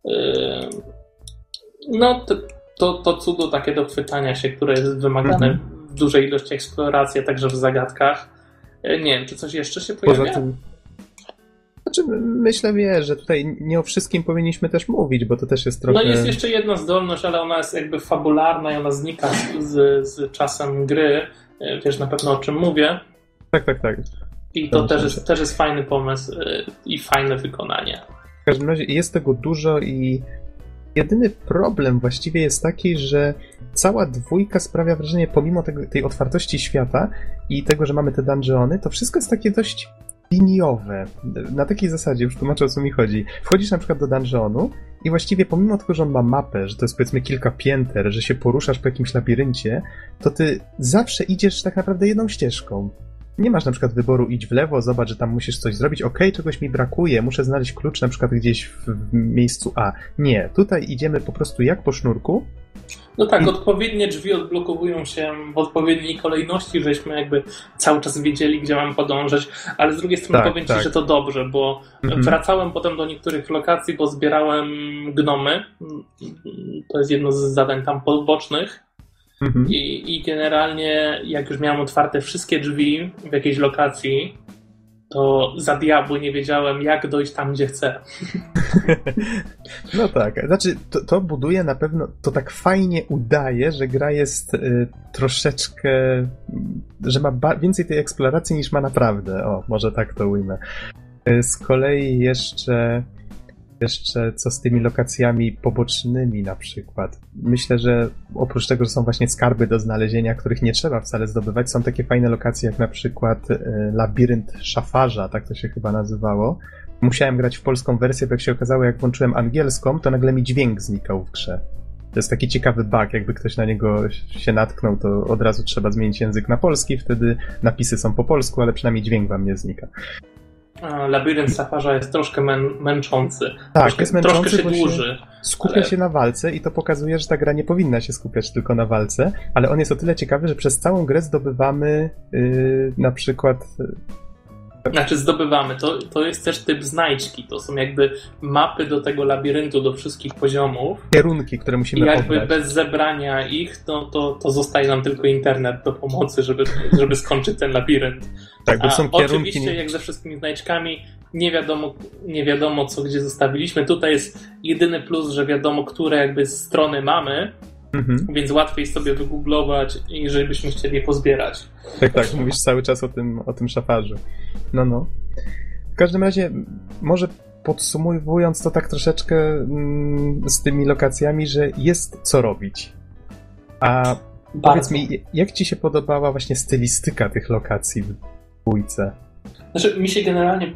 No to cudo takie do chwytania się, które jest wymagane w dużej ilości eksploracji, a także w zagadkach. Nie wiem, czy coś jeszcze się pojawia? Poza tym, znaczy, myślę, że tutaj nie o wszystkim powinniśmy też mówić, bo to też jest trochę... No jest jeszcze jedna zdolność, ale ona jest jakby fabularna i ona znika z czasem gry. Wiesz na pewno o czym mówię. Tak. I to też jest fajny pomysł i fajne wykonanie. W każdym razie jest tego dużo i jedyny problem właściwie jest taki, że cała dwójka sprawia wrażenie, pomimo tej otwartości świata i tego, że mamy te dungeony, to wszystko jest takie dość liniowe. Na takiej zasadzie, już tłumaczę, o co mi chodzi. Wchodzisz na przykład do dungeonu i właściwie pomimo tego, że on ma mapę, że to jest powiedzmy kilka pięter, że się poruszasz po jakimś labiryncie, to ty zawsze idziesz tak naprawdę jedną ścieżką. Nie masz na przykład wyboru idź w lewo, zobacz, że tam musisz coś zrobić, czegoś mi brakuje, muszę znaleźć klucz na przykład gdzieś w miejscu A. Nie, tutaj idziemy po prostu jak po sznurku. No tak, odpowiednie drzwi odblokowują się w odpowiedniej kolejności, żeśmy jakby cały czas wiedzieli, gdzie mam podążać, ale z drugiej strony powiem Ci, że to dobrze, bo wracałem potem do niektórych lokacji, bo zbierałem gnomy, to jest jedno z zadań tam pobocznych. I generalnie jak już miałem otwarte wszystkie drzwi w jakiejś lokacji, to za diabły nie wiedziałem, jak dojść tam, gdzie chcę. No tak, znaczy to buduje na pewno, to tak fajnie udaje, że gra jest troszeczkę, że ma więcej tej eksploracji niż ma naprawdę. O, może tak to ujmę. Z kolei jeszcze co z tymi lokacjami pobocznymi na przykład. Myślę, że oprócz tego, że są właśnie skarby do znalezienia, których nie trzeba wcale zdobywać, są takie fajne lokacje jak na przykład labirynt szafarza, tak to się chyba nazywało. Musiałem grać w polską wersję, bo jak się okazało, jak włączyłem angielską, to nagle mi dźwięk znikał w grze. To jest taki ciekawy bug, jakby ktoś na niego się natknął, to od razu trzeba zmienić język na polski, wtedy napisy są po polsku, ale przynajmniej dźwięk wam nie znika. Labirynt Safarza jest troszkę męczący. Tak, jest męczący, troszkę się dłuży. Skupia się na walce i to pokazuje, że ta gra nie powinna się skupiać tylko na walce, ale on jest o tyle ciekawy, że przez całą grę zdobywamy na przykład... Znaczy zdobywamy, to jest też typ znajdźki, to są jakby mapy do tego labiryntu, do wszystkich poziomów. Kierunki, które musimy obrać. I jakby obrać. bez zebrania ich, to zostaje nam tylko internet do pomocy, żeby skończyć ten labirynt. Tak, bo są kierunki... Oczywiście, jak ze wszystkimi znajdźkami, nie wiadomo co gdzie zostawiliśmy. Tutaj jest jedyny plus, że wiadomo, które jakby strony mamy, więc łatwiej sobie wygooglować, jeżeli byśmy chcieli je pozbierać. Tak, mówisz cały czas o tym szafarzu. No. W każdym razie, może podsumowując to tak troszeczkę z tymi lokacjami, że jest co robić. A powiedz mi, jak ci się podobała właśnie stylistyka tych lokacji w dwójce? Znaczy, mi się generalnie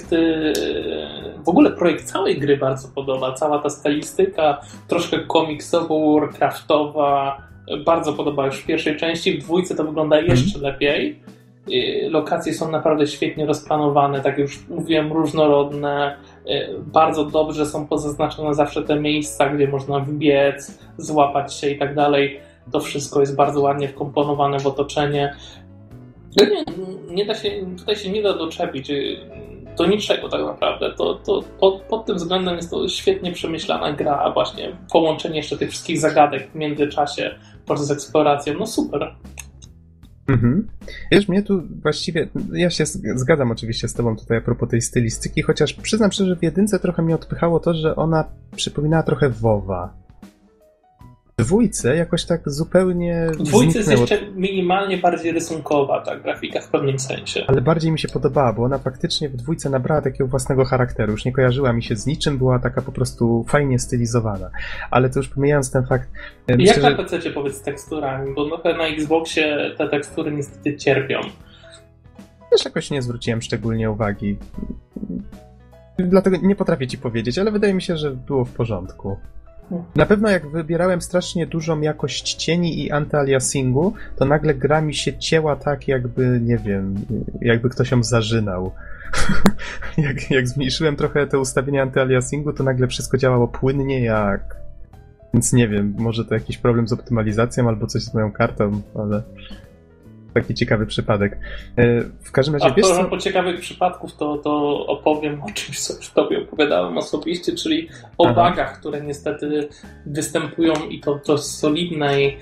w ogóle projekt całej gry bardzo podoba. Cała ta stylistyka, troszkę komiksowo, warcraftowa, bardzo podoba już w pierwszej części. W dwójce to wygląda jeszcze lepiej. Lokacje są naprawdę świetnie rozplanowane, tak jak już mówiłem, różnorodne. Bardzo dobrze są pozaznaczone zawsze te miejsca, gdzie można wbiec, złapać się i tak dalej. To wszystko jest bardzo ładnie wkomponowane w otoczenie. Nie da się, tutaj się nie da doczepić. do niczego tak naprawdę. Pod tym względem jest to świetnie przemyślana gra, a właśnie połączenie jeszcze tych wszystkich zagadek w międzyczasie z eksploracją, no super. Mhm. Wiesz, mnie tu właściwie, ja się zgadzam oczywiście z tobą tutaj a propos tej stylistyki, chociaż przyznam szczerze, że w jedynce trochę mnie odpychało to, że ona przypominała trochę WoWa. W dwójce jakoś tak zupełnie W dwójce zniknęło. jest jeszcze minimalnie bardziej rysunkowa ta grafika w pewnym sensie. Ale bardziej mi się podobała, bo ona faktycznie w dwójce nabrała takiego własnego charakteru. Już nie kojarzyła mi się z niczym, była taka po prostu fajnie stylizowana. Ale to już pomijając ten fakt... Jak na PC powiedz z teksturami? Bo trochę na Xboxie te tekstury niestety cierpią. Też jakoś nie zwróciłem szczególnie uwagi. Dlatego nie potrafię ci powiedzieć, ale wydaje mi się, że było w porządku. Na pewno jak wybierałem strasznie dużą jakość cieni i antyaliasingu, to nagle gra mi się cięła tak, jakby, nie wiem, jakby ktoś ją zażynał. jak zmniejszyłem trochę te ustawienia antyaliasingu, to nagle wszystko działało płynnie jak... Więc nie wiem, może to jakiś problem z optymalizacją albo coś z moją kartą, ale... Taki ciekawy przypadek. W każdym razie, wiesz co? Po ciekawych przypadków to opowiem o czymś, co już tobie opowiadałem osobiście, czyli o bugach, które niestety występują i to w solidnej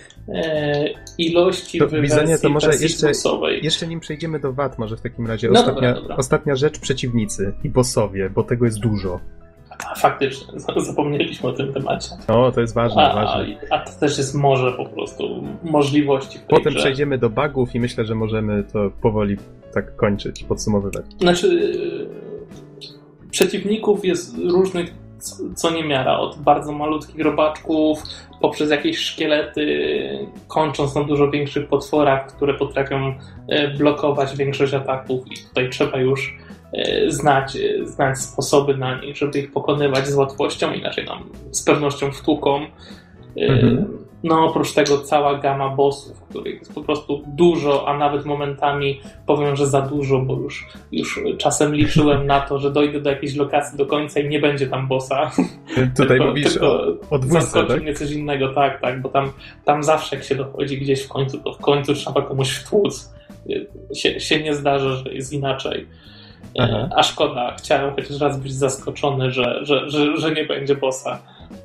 ilości to, w wersji, to może bossowej. jeszcze nim przejdziemy do wad może w takim razie. Dobra. Ostatnia rzecz, przeciwnicy i bossowie, bo tego jest dużo. A faktycznie, zapomnieliśmy o tym temacie. O, to jest ważne. A to też jest morze po prostu możliwości w tej Potem grze. przejdziemy do bugów i myślę, że możemy to powoli tak kończyć, podsumowywać. Znaczy, przeciwników jest różnych co niemiara, od bardzo malutkich robaczków, poprzez jakieś szkielety, kończąc na dużo większych potworach, które potrafią blokować większość ataków i tutaj trzeba już znać sposoby na nich, żeby ich pokonywać z łatwością, inaczej nam z pewnością wtłuką. No oprócz tego cała gama bossów, których jest po prostu dużo, a nawet momentami powiem, że za dużo, bo już czasem liczyłem na to, że dojdę do jakiejś lokacji do końca i nie będzie tam bossa. Tutaj mówisz o dwójce, zaskoczy tak? mnie coś innego, tak, bo tam zawsze jak się dochodzi gdzieś w końcu, to w końcu trzeba komuś wtłuc. Się nie zdarza, że jest inaczej. Aha. A szkoda, chciałem chociaż raz być zaskoczony, że nie będzie bossa.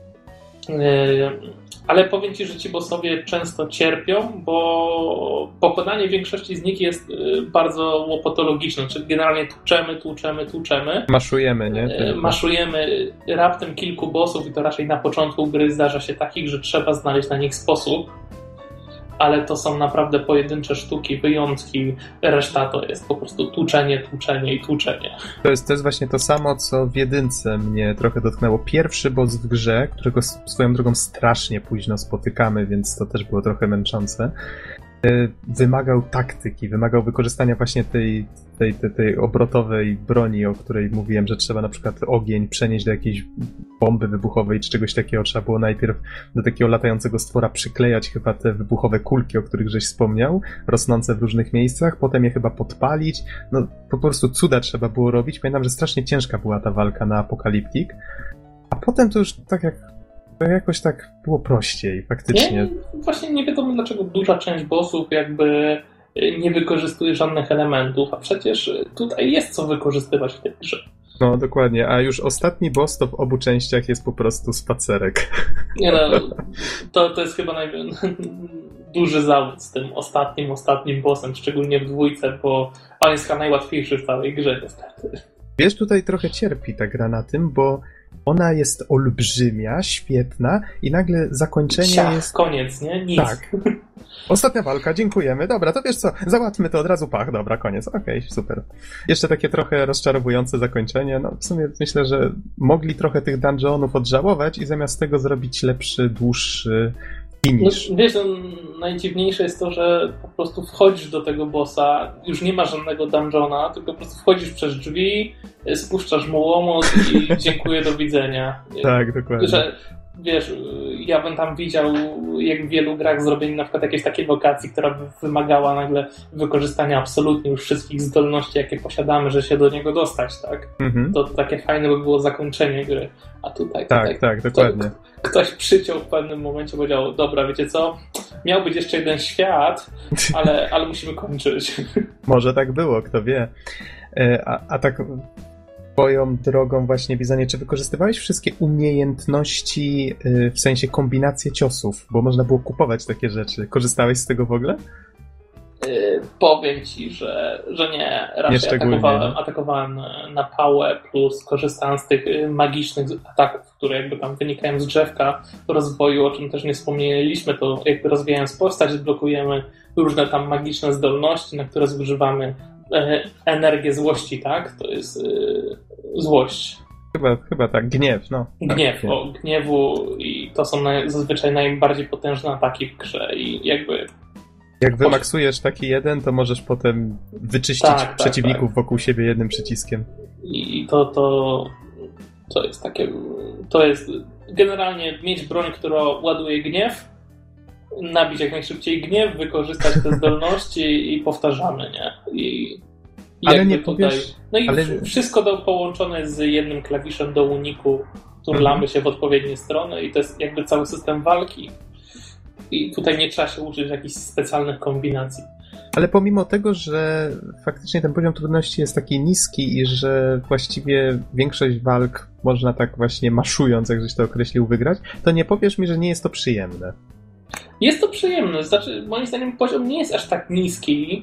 Ale powiem ci, że ci bossowie często cierpią, bo pokonanie większości z nich jest bardzo łopatologiczne, czyli generalnie tłuczemy. Maszujemy, nie? Maszujemy raptem kilku bossów i to raczej na początku gry zdarza się takich, że trzeba znaleźć na nich sposób, ale to są naprawdę pojedyncze sztuki, wyjątki, reszta to jest po prostu tłuczenie. To jest właśnie to samo, co w jedynce mnie trochę dotknęło. Pierwszy boss w grze, którego swoją drogą strasznie późno spotykamy, więc to też było trochę męczące, wymagał taktyki, wymagał wykorzystania właśnie tej obrotowej broni, o której mówiłem, że trzeba na przykład ogień przenieść do jakiejś bomby wybuchowej czy czegoś takiego. Trzeba było najpierw do takiego latającego stwora przyklejać chyba te wybuchowe kulki, o których żeś wspomniał, rosnące w różnych miejscach, potem je chyba podpalić. No po prostu cuda trzeba było robić. Pamiętam, że strasznie ciężka była ta walka na Apokaliptik, a potem to już to jakoś tak było prościej, faktycznie. Właśnie nie wiadomo, dlaczego duża część bossów jakby nie wykorzystuje żadnych elementów, a przecież tutaj jest co wykorzystywać w tej grze. No, dokładnie, a już ostatni boss to w obu częściach jest po prostu spacerek. Nie no, to jest chyba duży zawód z tym ostatnim bossem, szczególnie w dwójce, bo on jest chyba najłatwiejszy w całej grze niestety. Wiesz, tutaj trochę cierpi ta gra na tym, bo ona jest olbrzymia, świetna i nagle zakończenie jest... Koniec, nie? Nic. Tak. Ostatnia walka, dziękujemy. Dobra, to wiesz co, załatwmy to od razu, dobra, koniec. Okej, super. Jeszcze takie trochę rozczarowujące zakończenie. No w sumie myślę, że mogli trochę tych dungeonów odżałować i zamiast tego zrobić lepszy, dłuższy finish. No, wiesz, najdziwniejsze jest to, że po prostu wchodzisz do tego bossa, już nie ma żadnego dungeona, tylko po prostu wchodzisz przez drzwi, spuszczasz mu łomot i dziękuję, do widzenia. Tak, dokładnie. Że, wiesz, ja bym tam widział, jak w wielu grach zrobieni na przykład jakiejś takiej lokacji, która by wymagała nagle wykorzystania absolutnie już wszystkich zdolności, jakie posiadamy, że się do niego dostać, tak? Mhm. To takie fajne by było zakończenie gry. A tutaj tak, dokładnie. Ktoś przyciął w pewnym momencie, powiedział, dobra, wiecie co, miał być jeszcze jeden świat, ale musimy kończyć. Może tak było, kto wie. A tak Swoją drogą właśnie, Bizonie, czy wykorzystywałeś wszystkie umiejętności, w sensie kombinację ciosów, bo można było kupować takie rzeczy. Korzystałeś z tego w ogóle? Powiem ci, że nie. Raczej atakowałem na pałę, plus korzystałem z tych magicznych ataków, które jakby tam wynikają z drzewka rozwoju, o czym też nie wspomnieliśmy, to jakby rozwijając postać, blokujemy różne tam magiczne zdolności, na które zużywamy energię złości, tak? To jest złość. Chyba tak, gniew, no. Gniew, gniewu i to są zazwyczaj najbardziej potężne ataki w grze i jakby... Jak wymaksujesz taki jeden, to możesz potem wyczyścić przeciwników wokół siebie jednym przyciskiem. I to jest takie... To jest generalnie mieć broń, która ładuje gniew, nabić jak najszybciej gniew, wykorzystać te zdolności i powtarzamy, nie? Ale nie powiesz... No i wszystko połączone z jednym klawiszem do uniku, turlamy się w odpowiednie strony i to jest jakby cały system walki. I tutaj nie trzeba się uczyć jakichś specjalnych kombinacji. Ale pomimo tego, że faktycznie ten poziom trudności jest taki niski i że właściwie większość walk można tak właśnie maszując, jak żeś to określił, wygrać, to nie powiesz mi, że nie jest to przyjemne. Jest to przyjemne. Znaczy, moim zdaniem poziom nie jest aż tak niski,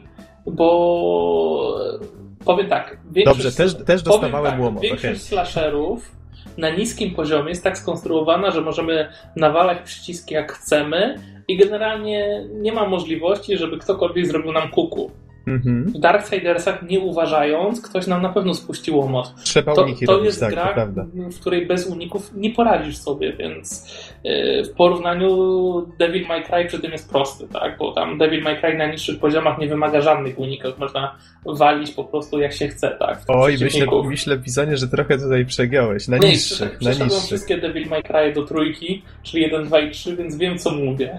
bo powiem tak. Dobrze, też dostawałem łomot. Większość slasherów na niskim poziomie jest tak skonstruowana, że możemy nawalać przyciski jak chcemy i generalnie nie ma możliwości, żeby ktokolwiek zrobił nam kuku. W Darksidersach nie uważając, ktoś nam na pewno spuścił łomot. Trzeba uniki robić, jest gra, w której bez uników nie poradzisz sobie, więc w porównaniu Devil May Cry przy tym jest prosty, tak? Bo tam Devil May Cry na niższych poziomach nie wymaga żadnych uników, można walić po prostu jak się chce, tak? Oj, myślę, Bizonie, że trochę tutaj przegiąłeś, na niższych. Przeszedłem wszystkie Devil May Cry do 3, czyli 1, 2 i 3, więc wiem co mówię.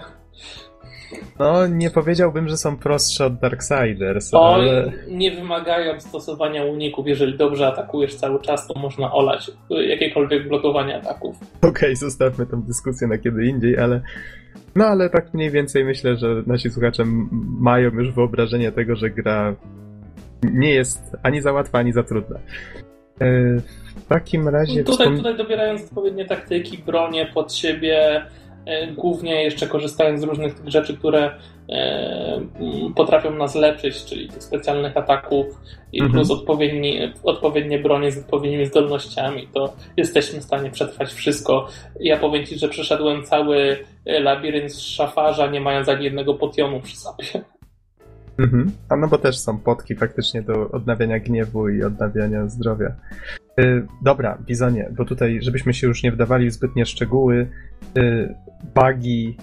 No, nie powiedziałbym, że są prostsze od Darksiders, ale... nie wymagają stosowania uników. Jeżeli dobrze atakujesz cały czas, to można olać jakiekolwiek blokowanie ataków. Okej, zostawmy tę dyskusję na kiedy indziej, ale... No, ale tak mniej więcej myślę, że nasi słuchacze mają już wyobrażenie tego, że gra nie jest ani za łatwa, ani za trudna. W takim razie... Tutaj dobierając odpowiednie taktyki, bronie pod siebie... Głównie jeszcze korzystając z różnych tych rzeczy, które potrafią nas leczyć, czyli tych specjalnych ataków i plus odpowiednie bronie z odpowiednimi zdolnościami, to jesteśmy w stanie przetrwać wszystko. Ja powiem ci, że przeszedłem cały labirynt z szafarza, nie mając ani jednego potionu przy sobie. A no bo też są potki faktycznie do odnawiania gniewu i odnawiania zdrowia. Dobra, Bizonie, bo tutaj, żebyśmy się już nie wdawali w zbytnie szczegóły, bugi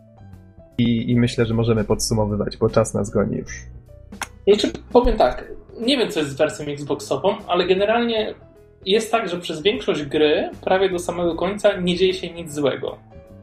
i myślę, że możemy podsumowywać, bo czas nas goni już. Znaczy, powiem tak, nie wiem co jest z wersją Xboxową, ale generalnie jest tak, że przez większość gry, prawie do samego końca, nie dzieje się nic złego.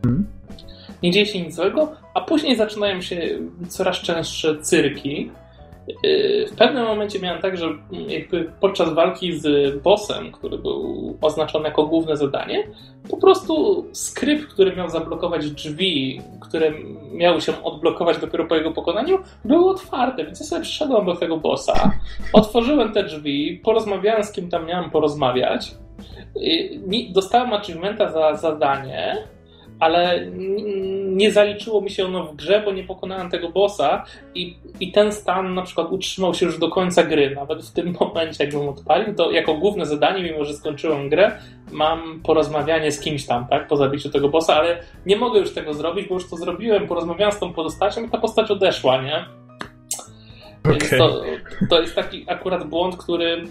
Nie dzieje się nic złego, a później zaczynają się coraz częstsze cyrki. W pewnym momencie miałem tak, że jakby podczas walki z bossem, który był oznaczony jako główne zadanie, po prostu skrypt, który miał zablokować drzwi, które miały się odblokować dopiero po jego pokonaniu, były otwarte, więc ja sobie przyszedłem do tego bossa, otworzyłem te drzwi, porozmawiałem z kim tam miałem porozmawiać, dostałem achievementa za zadanie, ale nie zaliczyło mi się ono w grze, bo nie pokonałem tego bossa i ten stan na przykład utrzymał się już do końca gry. Nawet w tym momencie, jakbym odpalił, to jako główne zadanie, mimo że skończyłem grę, mam porozmawianie z kimś tam, tak, po zabiciu tego bossa, ale nie mogę już tego zrobić, bo już to zrobiłem, porozmawiałem z tą postacią i ta postać odeszła, nie? Więc to jest taki akurat błąd, który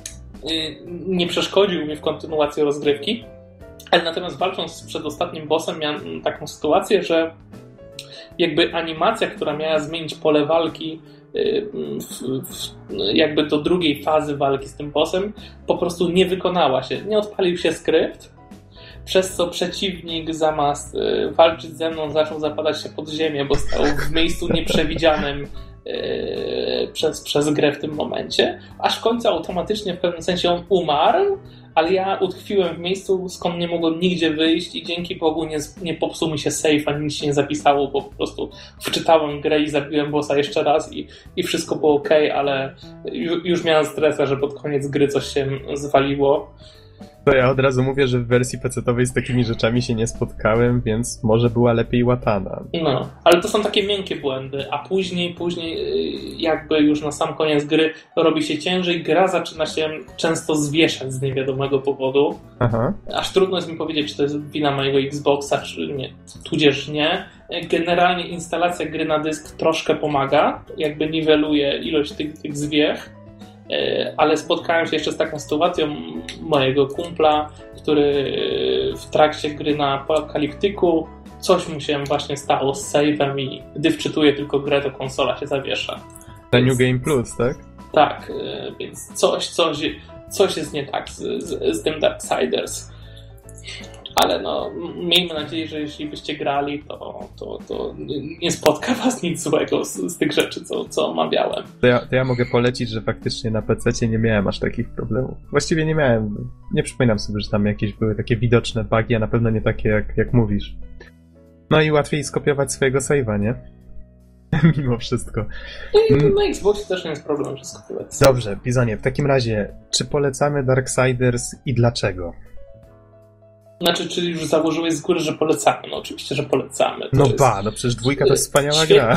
nie przeszkodził mi w kontynuacji rozgrywki. Ale natomiast walcząc z przedostatnim bossem miałem taką sytuację, że jakby animacja, która miała zmienić pole walki jakby do drugiej fazy walki z tym bossem, po prostu nie wykonała się. Nie odpalił się skrypt, przez co przeciwnik zamiast walczyć ze mną zaczął zapadać się pod ziemię, bo stał w miejscu nieprzewidzianym przez grę w tym momencie, aż w końcu automatycznie w pewnym sensie on umarł, ale ja utkwiłem w miejscu, skąd nie mogłem nigdzie wyjść i dzięki Bogu nie popsuł mi się save, ani nic się nie zapisało, bo po prostu wczytałem grę i zabiłem bossa jeszcze raz i wszystko było ok, ale już miałem stresa, że pod koniec gry coś się zwaliło. To ja od razu mówię, że w wersji PC-owej z takimi rzeczami się nie spotkałem, więc może była lepiej łatana. No, ale to są takie miękkie błędy, a później jakby już na sam koniec gry robi się ciężej, gra zaczyna się często zwieszać z niewiadomego powodu. Aha. Aż trudno jest mi powiedzieć, czy to jest wina mojego Xboxa, czy nie, tudzież nie. Generalnie instalacja gry na dysk troszkę pomaga, jakby niweluje ilość tych zwiech. Ale spotkałem się jeszcze z taką sytuacją mojego kumpla, który w trakcie gry na Apokaliptyku coś mu się właśnie stało z save'em i gdy wczytuje tylko grę, to konsola się zawiesza. Na New Game Plus, tak? Tak, więc coś jest nie tak z tym Darksiders. Ale no, miejmy nadzieję, że jeśli byście grali, to nie spotka was nic złego z tych rzeczy, co omawiałem. To ja mogę polecić, że faktycznie na PC-cie nie miałem aż takich problemów. Właściwie nie miałem. Nie przypominam sobie, że tam jakieś były takie widoczne bugi, a na pewno nie takie, jak mówisz. No i łatwiej skopiować swojego save'a, nie? Mimo wszystko. Na Xboxie też nie jest problem, że skopiować. Dobrze, Bizonie, w takim razie, czy polecamy Darksiders i dlaczego? Znaczy, czy już założyłeś z góry, że polecamy? No oczywiście, że polecamy. No przecież dwójka to jest wspaniała gra.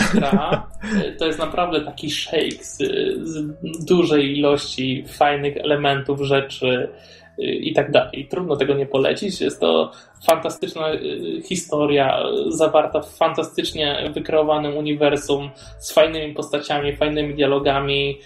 To jest naprawdę taki shake z dużej ilości fajnych elementów, rzeczy i tak dalej. Trudno tego nie polecić. Jest to fantastyczna historia zawarta w fantastycznie wykreowanym uniwersum z fajnymi postaciami, fajnymi dialogami,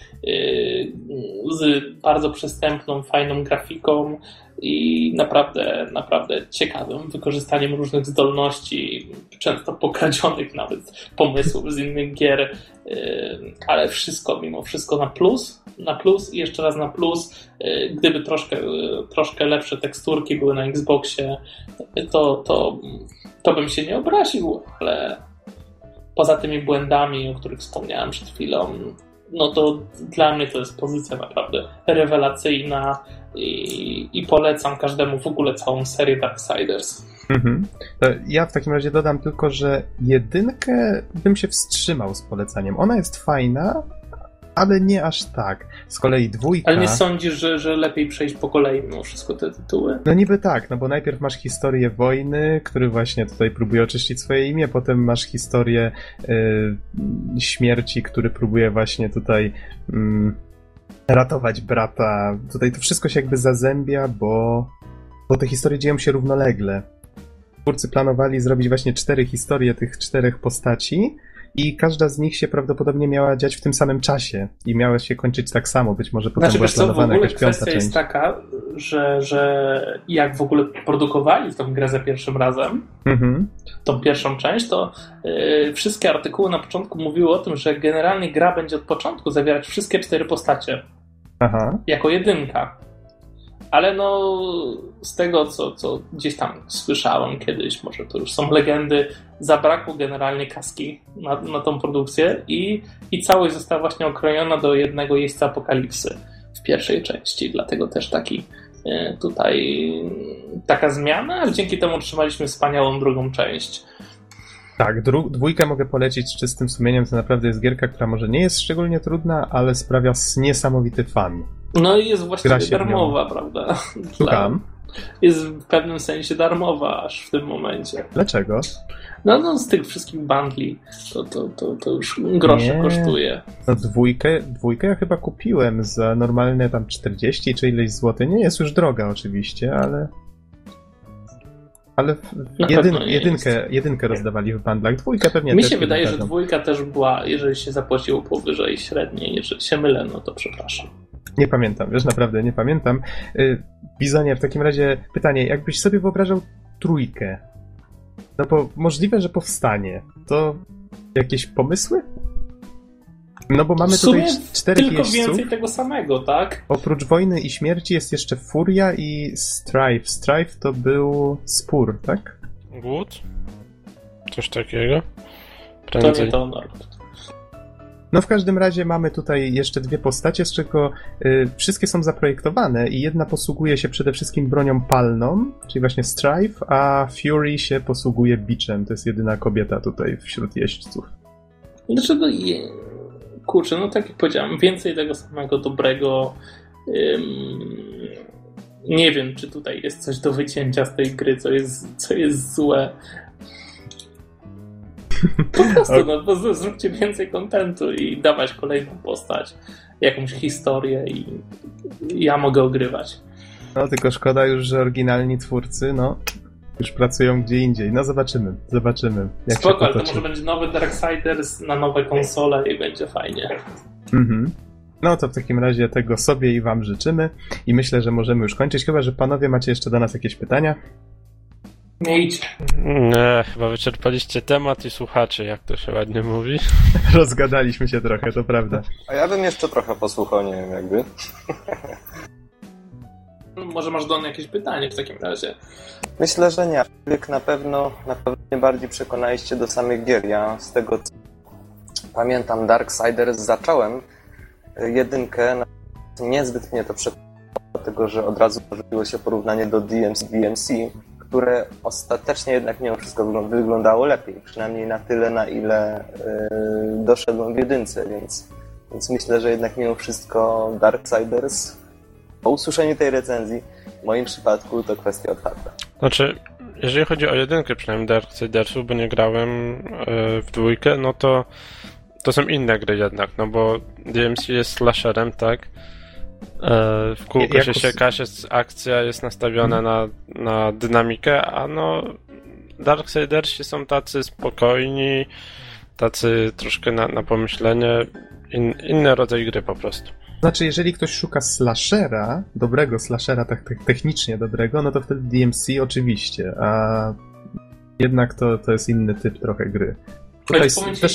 z bardzo przystępną, fajną grafiką i naprawdę ciekawym wykorzystaniem różnych zdolności, często pokradzionych nawet pomysłów z innych gier, ale wszystko, mimo wszystko na plus i jeszcze raz na plus. Gdyby troszkę lepsze teksturki były na Xboxie, to bym się nie obraził, ale poza tymi błędami, o których wspomniałem przed chwilą, no to dla mnie to jest pozycja naprawdę rewelacyjna i polecam każdemu w ogóle całą serię Darksiders. To ja w takim razie dodam tylko, że jedynkę bym się wstrzymał z polecaniem. Ona jest fajna, ale nie aż tak. Z kolei dwójka... Ale nie sądzisz, że lepiej przejść po kolei mimo wszystko te tytuły? No niby tak, no bo najpierw masz historię wojny, który właśnie tutaj próbuje oczyścić swoje imię, potem masz historię śmierci, który próbuje właśnie tutaj ratować brata. Tutaj to wszystko się jakby zazębia, bo te historie dzieją się równolegle. Twórcy planowali zrobić właśnie 4 historie tych 4 postaci i każda z nich się prawdopodobnie miała dziać w tym samym czasie i miała się kończyć tak samo. Być może potem była planowana jakaś 5. część. Kwestia jest taka, że jak w ogóle produkowali tą grę za pierwszym razem, tą pierwszą część, to wszystkie artykuły na początku mówiły o tym, że generalnie gra będzie od początku zawierać wszystkie 4 postacie. Aha. Jako jedynka. Ale no z tego, co gdzieś tam słyszałem kiedyś, może to już są legendy, zabrakło generalnie kaski na tą produkcję i całość została właśnie okrojona do jednego jeźdźca apokalipsy w pierwszej części. Dlatego też taka zmiana, ale dzięki temu otrzymaliśmy wspaniałą drugą część. Tak, dwójkę mogę polecić z czystym sumieniem. To naprawdę jest gierka, która może nie jest szczególnie trudna, ale sprawia niesamowity fan. No i jest właściwie darmowa, prawda? Słucham? Jest w pewnym sensie darmowa aż w tym momencie. Dlaczego? No z tych wszystkich bundli to już grosze kosztuje. No dwójkę ja chyba kupiłem za normalne tam 40 czy ileś złotych. Nie jest już droga oczywiście, ale jedynkę rozdawali w bundlach. Dwójkę pewnie Mi też się wydaje, dadzą. że dwójka też była, jeżeli się zapłaciło powyżej średniej, jeżeli się mylę, no to przepraszam. Nie pamiętam, wiesz, naprawdę nie pamiętam. Bizonie, w takim razie pytanie, jakbyś sobie wyobrażał trójkę, no bo możliwe, że powstanie, to jakieś pomysły? No bo mamy tutaj 4 tylko jeźdźców. Więcej tego samego, tak? Oprócz wojny i śmierci jest jeszcze Furia i Strife. Strife to był spór, tak? Głód? Coś takiego? To nie to, no. No w każdym razie mamy tutaj jeszcze dwie postacie, z czego wszystkie są zaprojektowane i jedna posługuje się przede wszystkim bronią palną, czyli właśnie Strife, a Fury się posługuje biczem. To jest jedyna kobieta tutaj wśród jeźdźców. Dlaczego? Kurczę, no tak jak powiedziałem, więcej tego samego dobrego. Nie wiem, czy tutaj jest coś do wycięcia z tej gry, co jest złe. Po prostu, no, bo zróbcie więcej kontentu i dawać kolejną postać, jakąś historię i ja mogę ogrywać. No, tylko szkoda już, że oryginalni twórcy, no, już pracują gdzie indziej. No, zobaczymy. Jak spoko, ale to może będzie nowy Darksiders na nowe konsole i będzie fajnie. Mhm. No to w takim razie tego sobie i wam życzymy i myślę, że możemy już kończyć, chyba że panowie macie jeszcze do nas jakieś pytania. Nie idź. Nie, chyba wyczerpaliście temat i słuchaczy, jak to się ładnie mówi. Rozgadaliśmy się trochę, to prawda. A ja bym jeszcze trochę posłuchał, nie wiem jakby. Może masz do mnie jakieś pytanie w takim razie? Myślę, że nie. Na pewno mnie bardziej przekonaliście do samych gier. Ja z tego co pamiętam Darksiders zacząłem jedynkę, niezbyt mnie to przekonało, dlatego że od razu pojawiło się porównanie do DMC, które ostatecznie jednak mimo wszystko wyglądało lepiej, przynajmniej na tyle, na ile doszedłem w jedynce, więc myślę, że jednak mimo wszystko Darksiders, po usłyszeniu tej recenzji, w moim przypadku to kwestia otwarta. Znaczy, jeżeli chodzi o jedynkę przynajmniej Darksidersów, bo nie grałem w dwójkę, no to są inne gry jednak, no bo DMC jest slasherem, tak? W kółko się sieka, akcja jest nastawiona na dynamikę, a no Darksidersi są tacy spokojni, tacy troszkę na pomyślenie, inny rodzaj gry po prostu. Znaczy, jeżeli ktoś szuka slashera, dobrego slashera, tak technicznie dobrego, no to wtedy DMC oczywiście, a jednak to jest inny typ trochę gry. Tutaj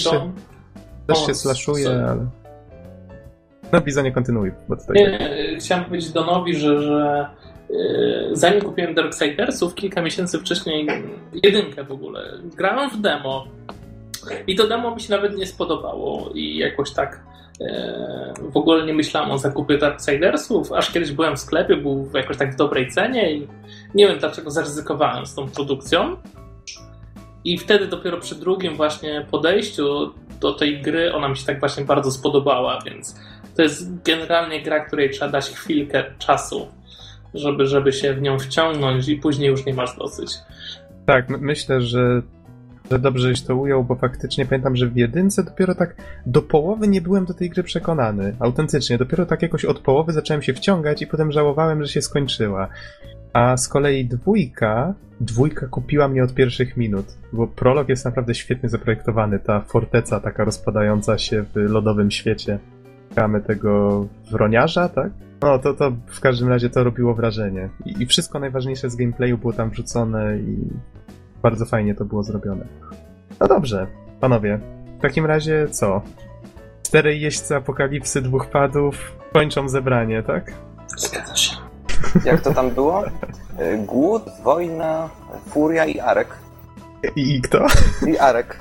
też się slashuje, ale... No, Bizo, nie kontynuuj, bo tutaj... Nie, chciałem powiedzieć Donowi, że zanim kupiłem Darksidersów, kilka miesięcy wcześniej, jedynkę w ogóle, grałem w demo i to demo mi się nawet nie spodobało i jakoś tak w ogóle nie myślałem o zakupie Darksidersów, aż kiedyś byłem w sklepie, był jakoś tak w dobrej cenie i nie wiem dlaczego zaryzykowałem z tą produkcją i wtedy dopiero przy drugim właśnie podejściu do tej gry ona mi się tak właśnie bardzo spodobała, więc to jest generalnie gra, której trzeba dać chwilkę czasu, żeby się w nią wciągnąć i później już nie masz dosyć. Tak, myślę, że dobrze żeś to ujął, bo faktycznie pamiętam, że w jedynce dopiero tak do połowy nie byłem do tej gry przekonany. Autentycznie, dopiero tak jakoś od połowy zacząłem się wciągać i potem żałowałem, że się skończyła. A z kolei dwójka kupiła mnie od pierwszych minut, bo prolog jest naprawdę świetnie zaprojektowany, ta forteca taka rozpadająca się w lodowym świecie. Mamy tego wroniarza, tak? No, to w każdym razie to robiło wrażenie. I wszystko najważniejsze z gameplayu było tam wrzucone i bardzo fajnie to było zrobione. No dobrze, panowie. W takim razie co? 4 jeźdźcy apokalipsy, 2 padów kończą zebranie, tak? Zgadza się. Jak to tam było? Głód, wojna, furia i Arek. I kto? I Arek.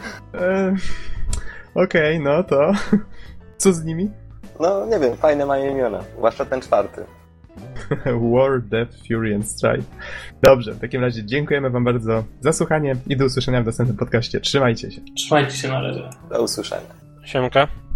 Okej, no to... Co z nimi? No, nie wiem, fajne mają imiona. Zwłaszcza ten 4. War, Death, Fury and Strife. Dobrze, w takim razie dziękujemy wam bardzo za słuchanie i do usłyszenia w następnym podcaście. Trzymajcie się. Trzymajcie się, na razie. Do usłyszenia. Siemka.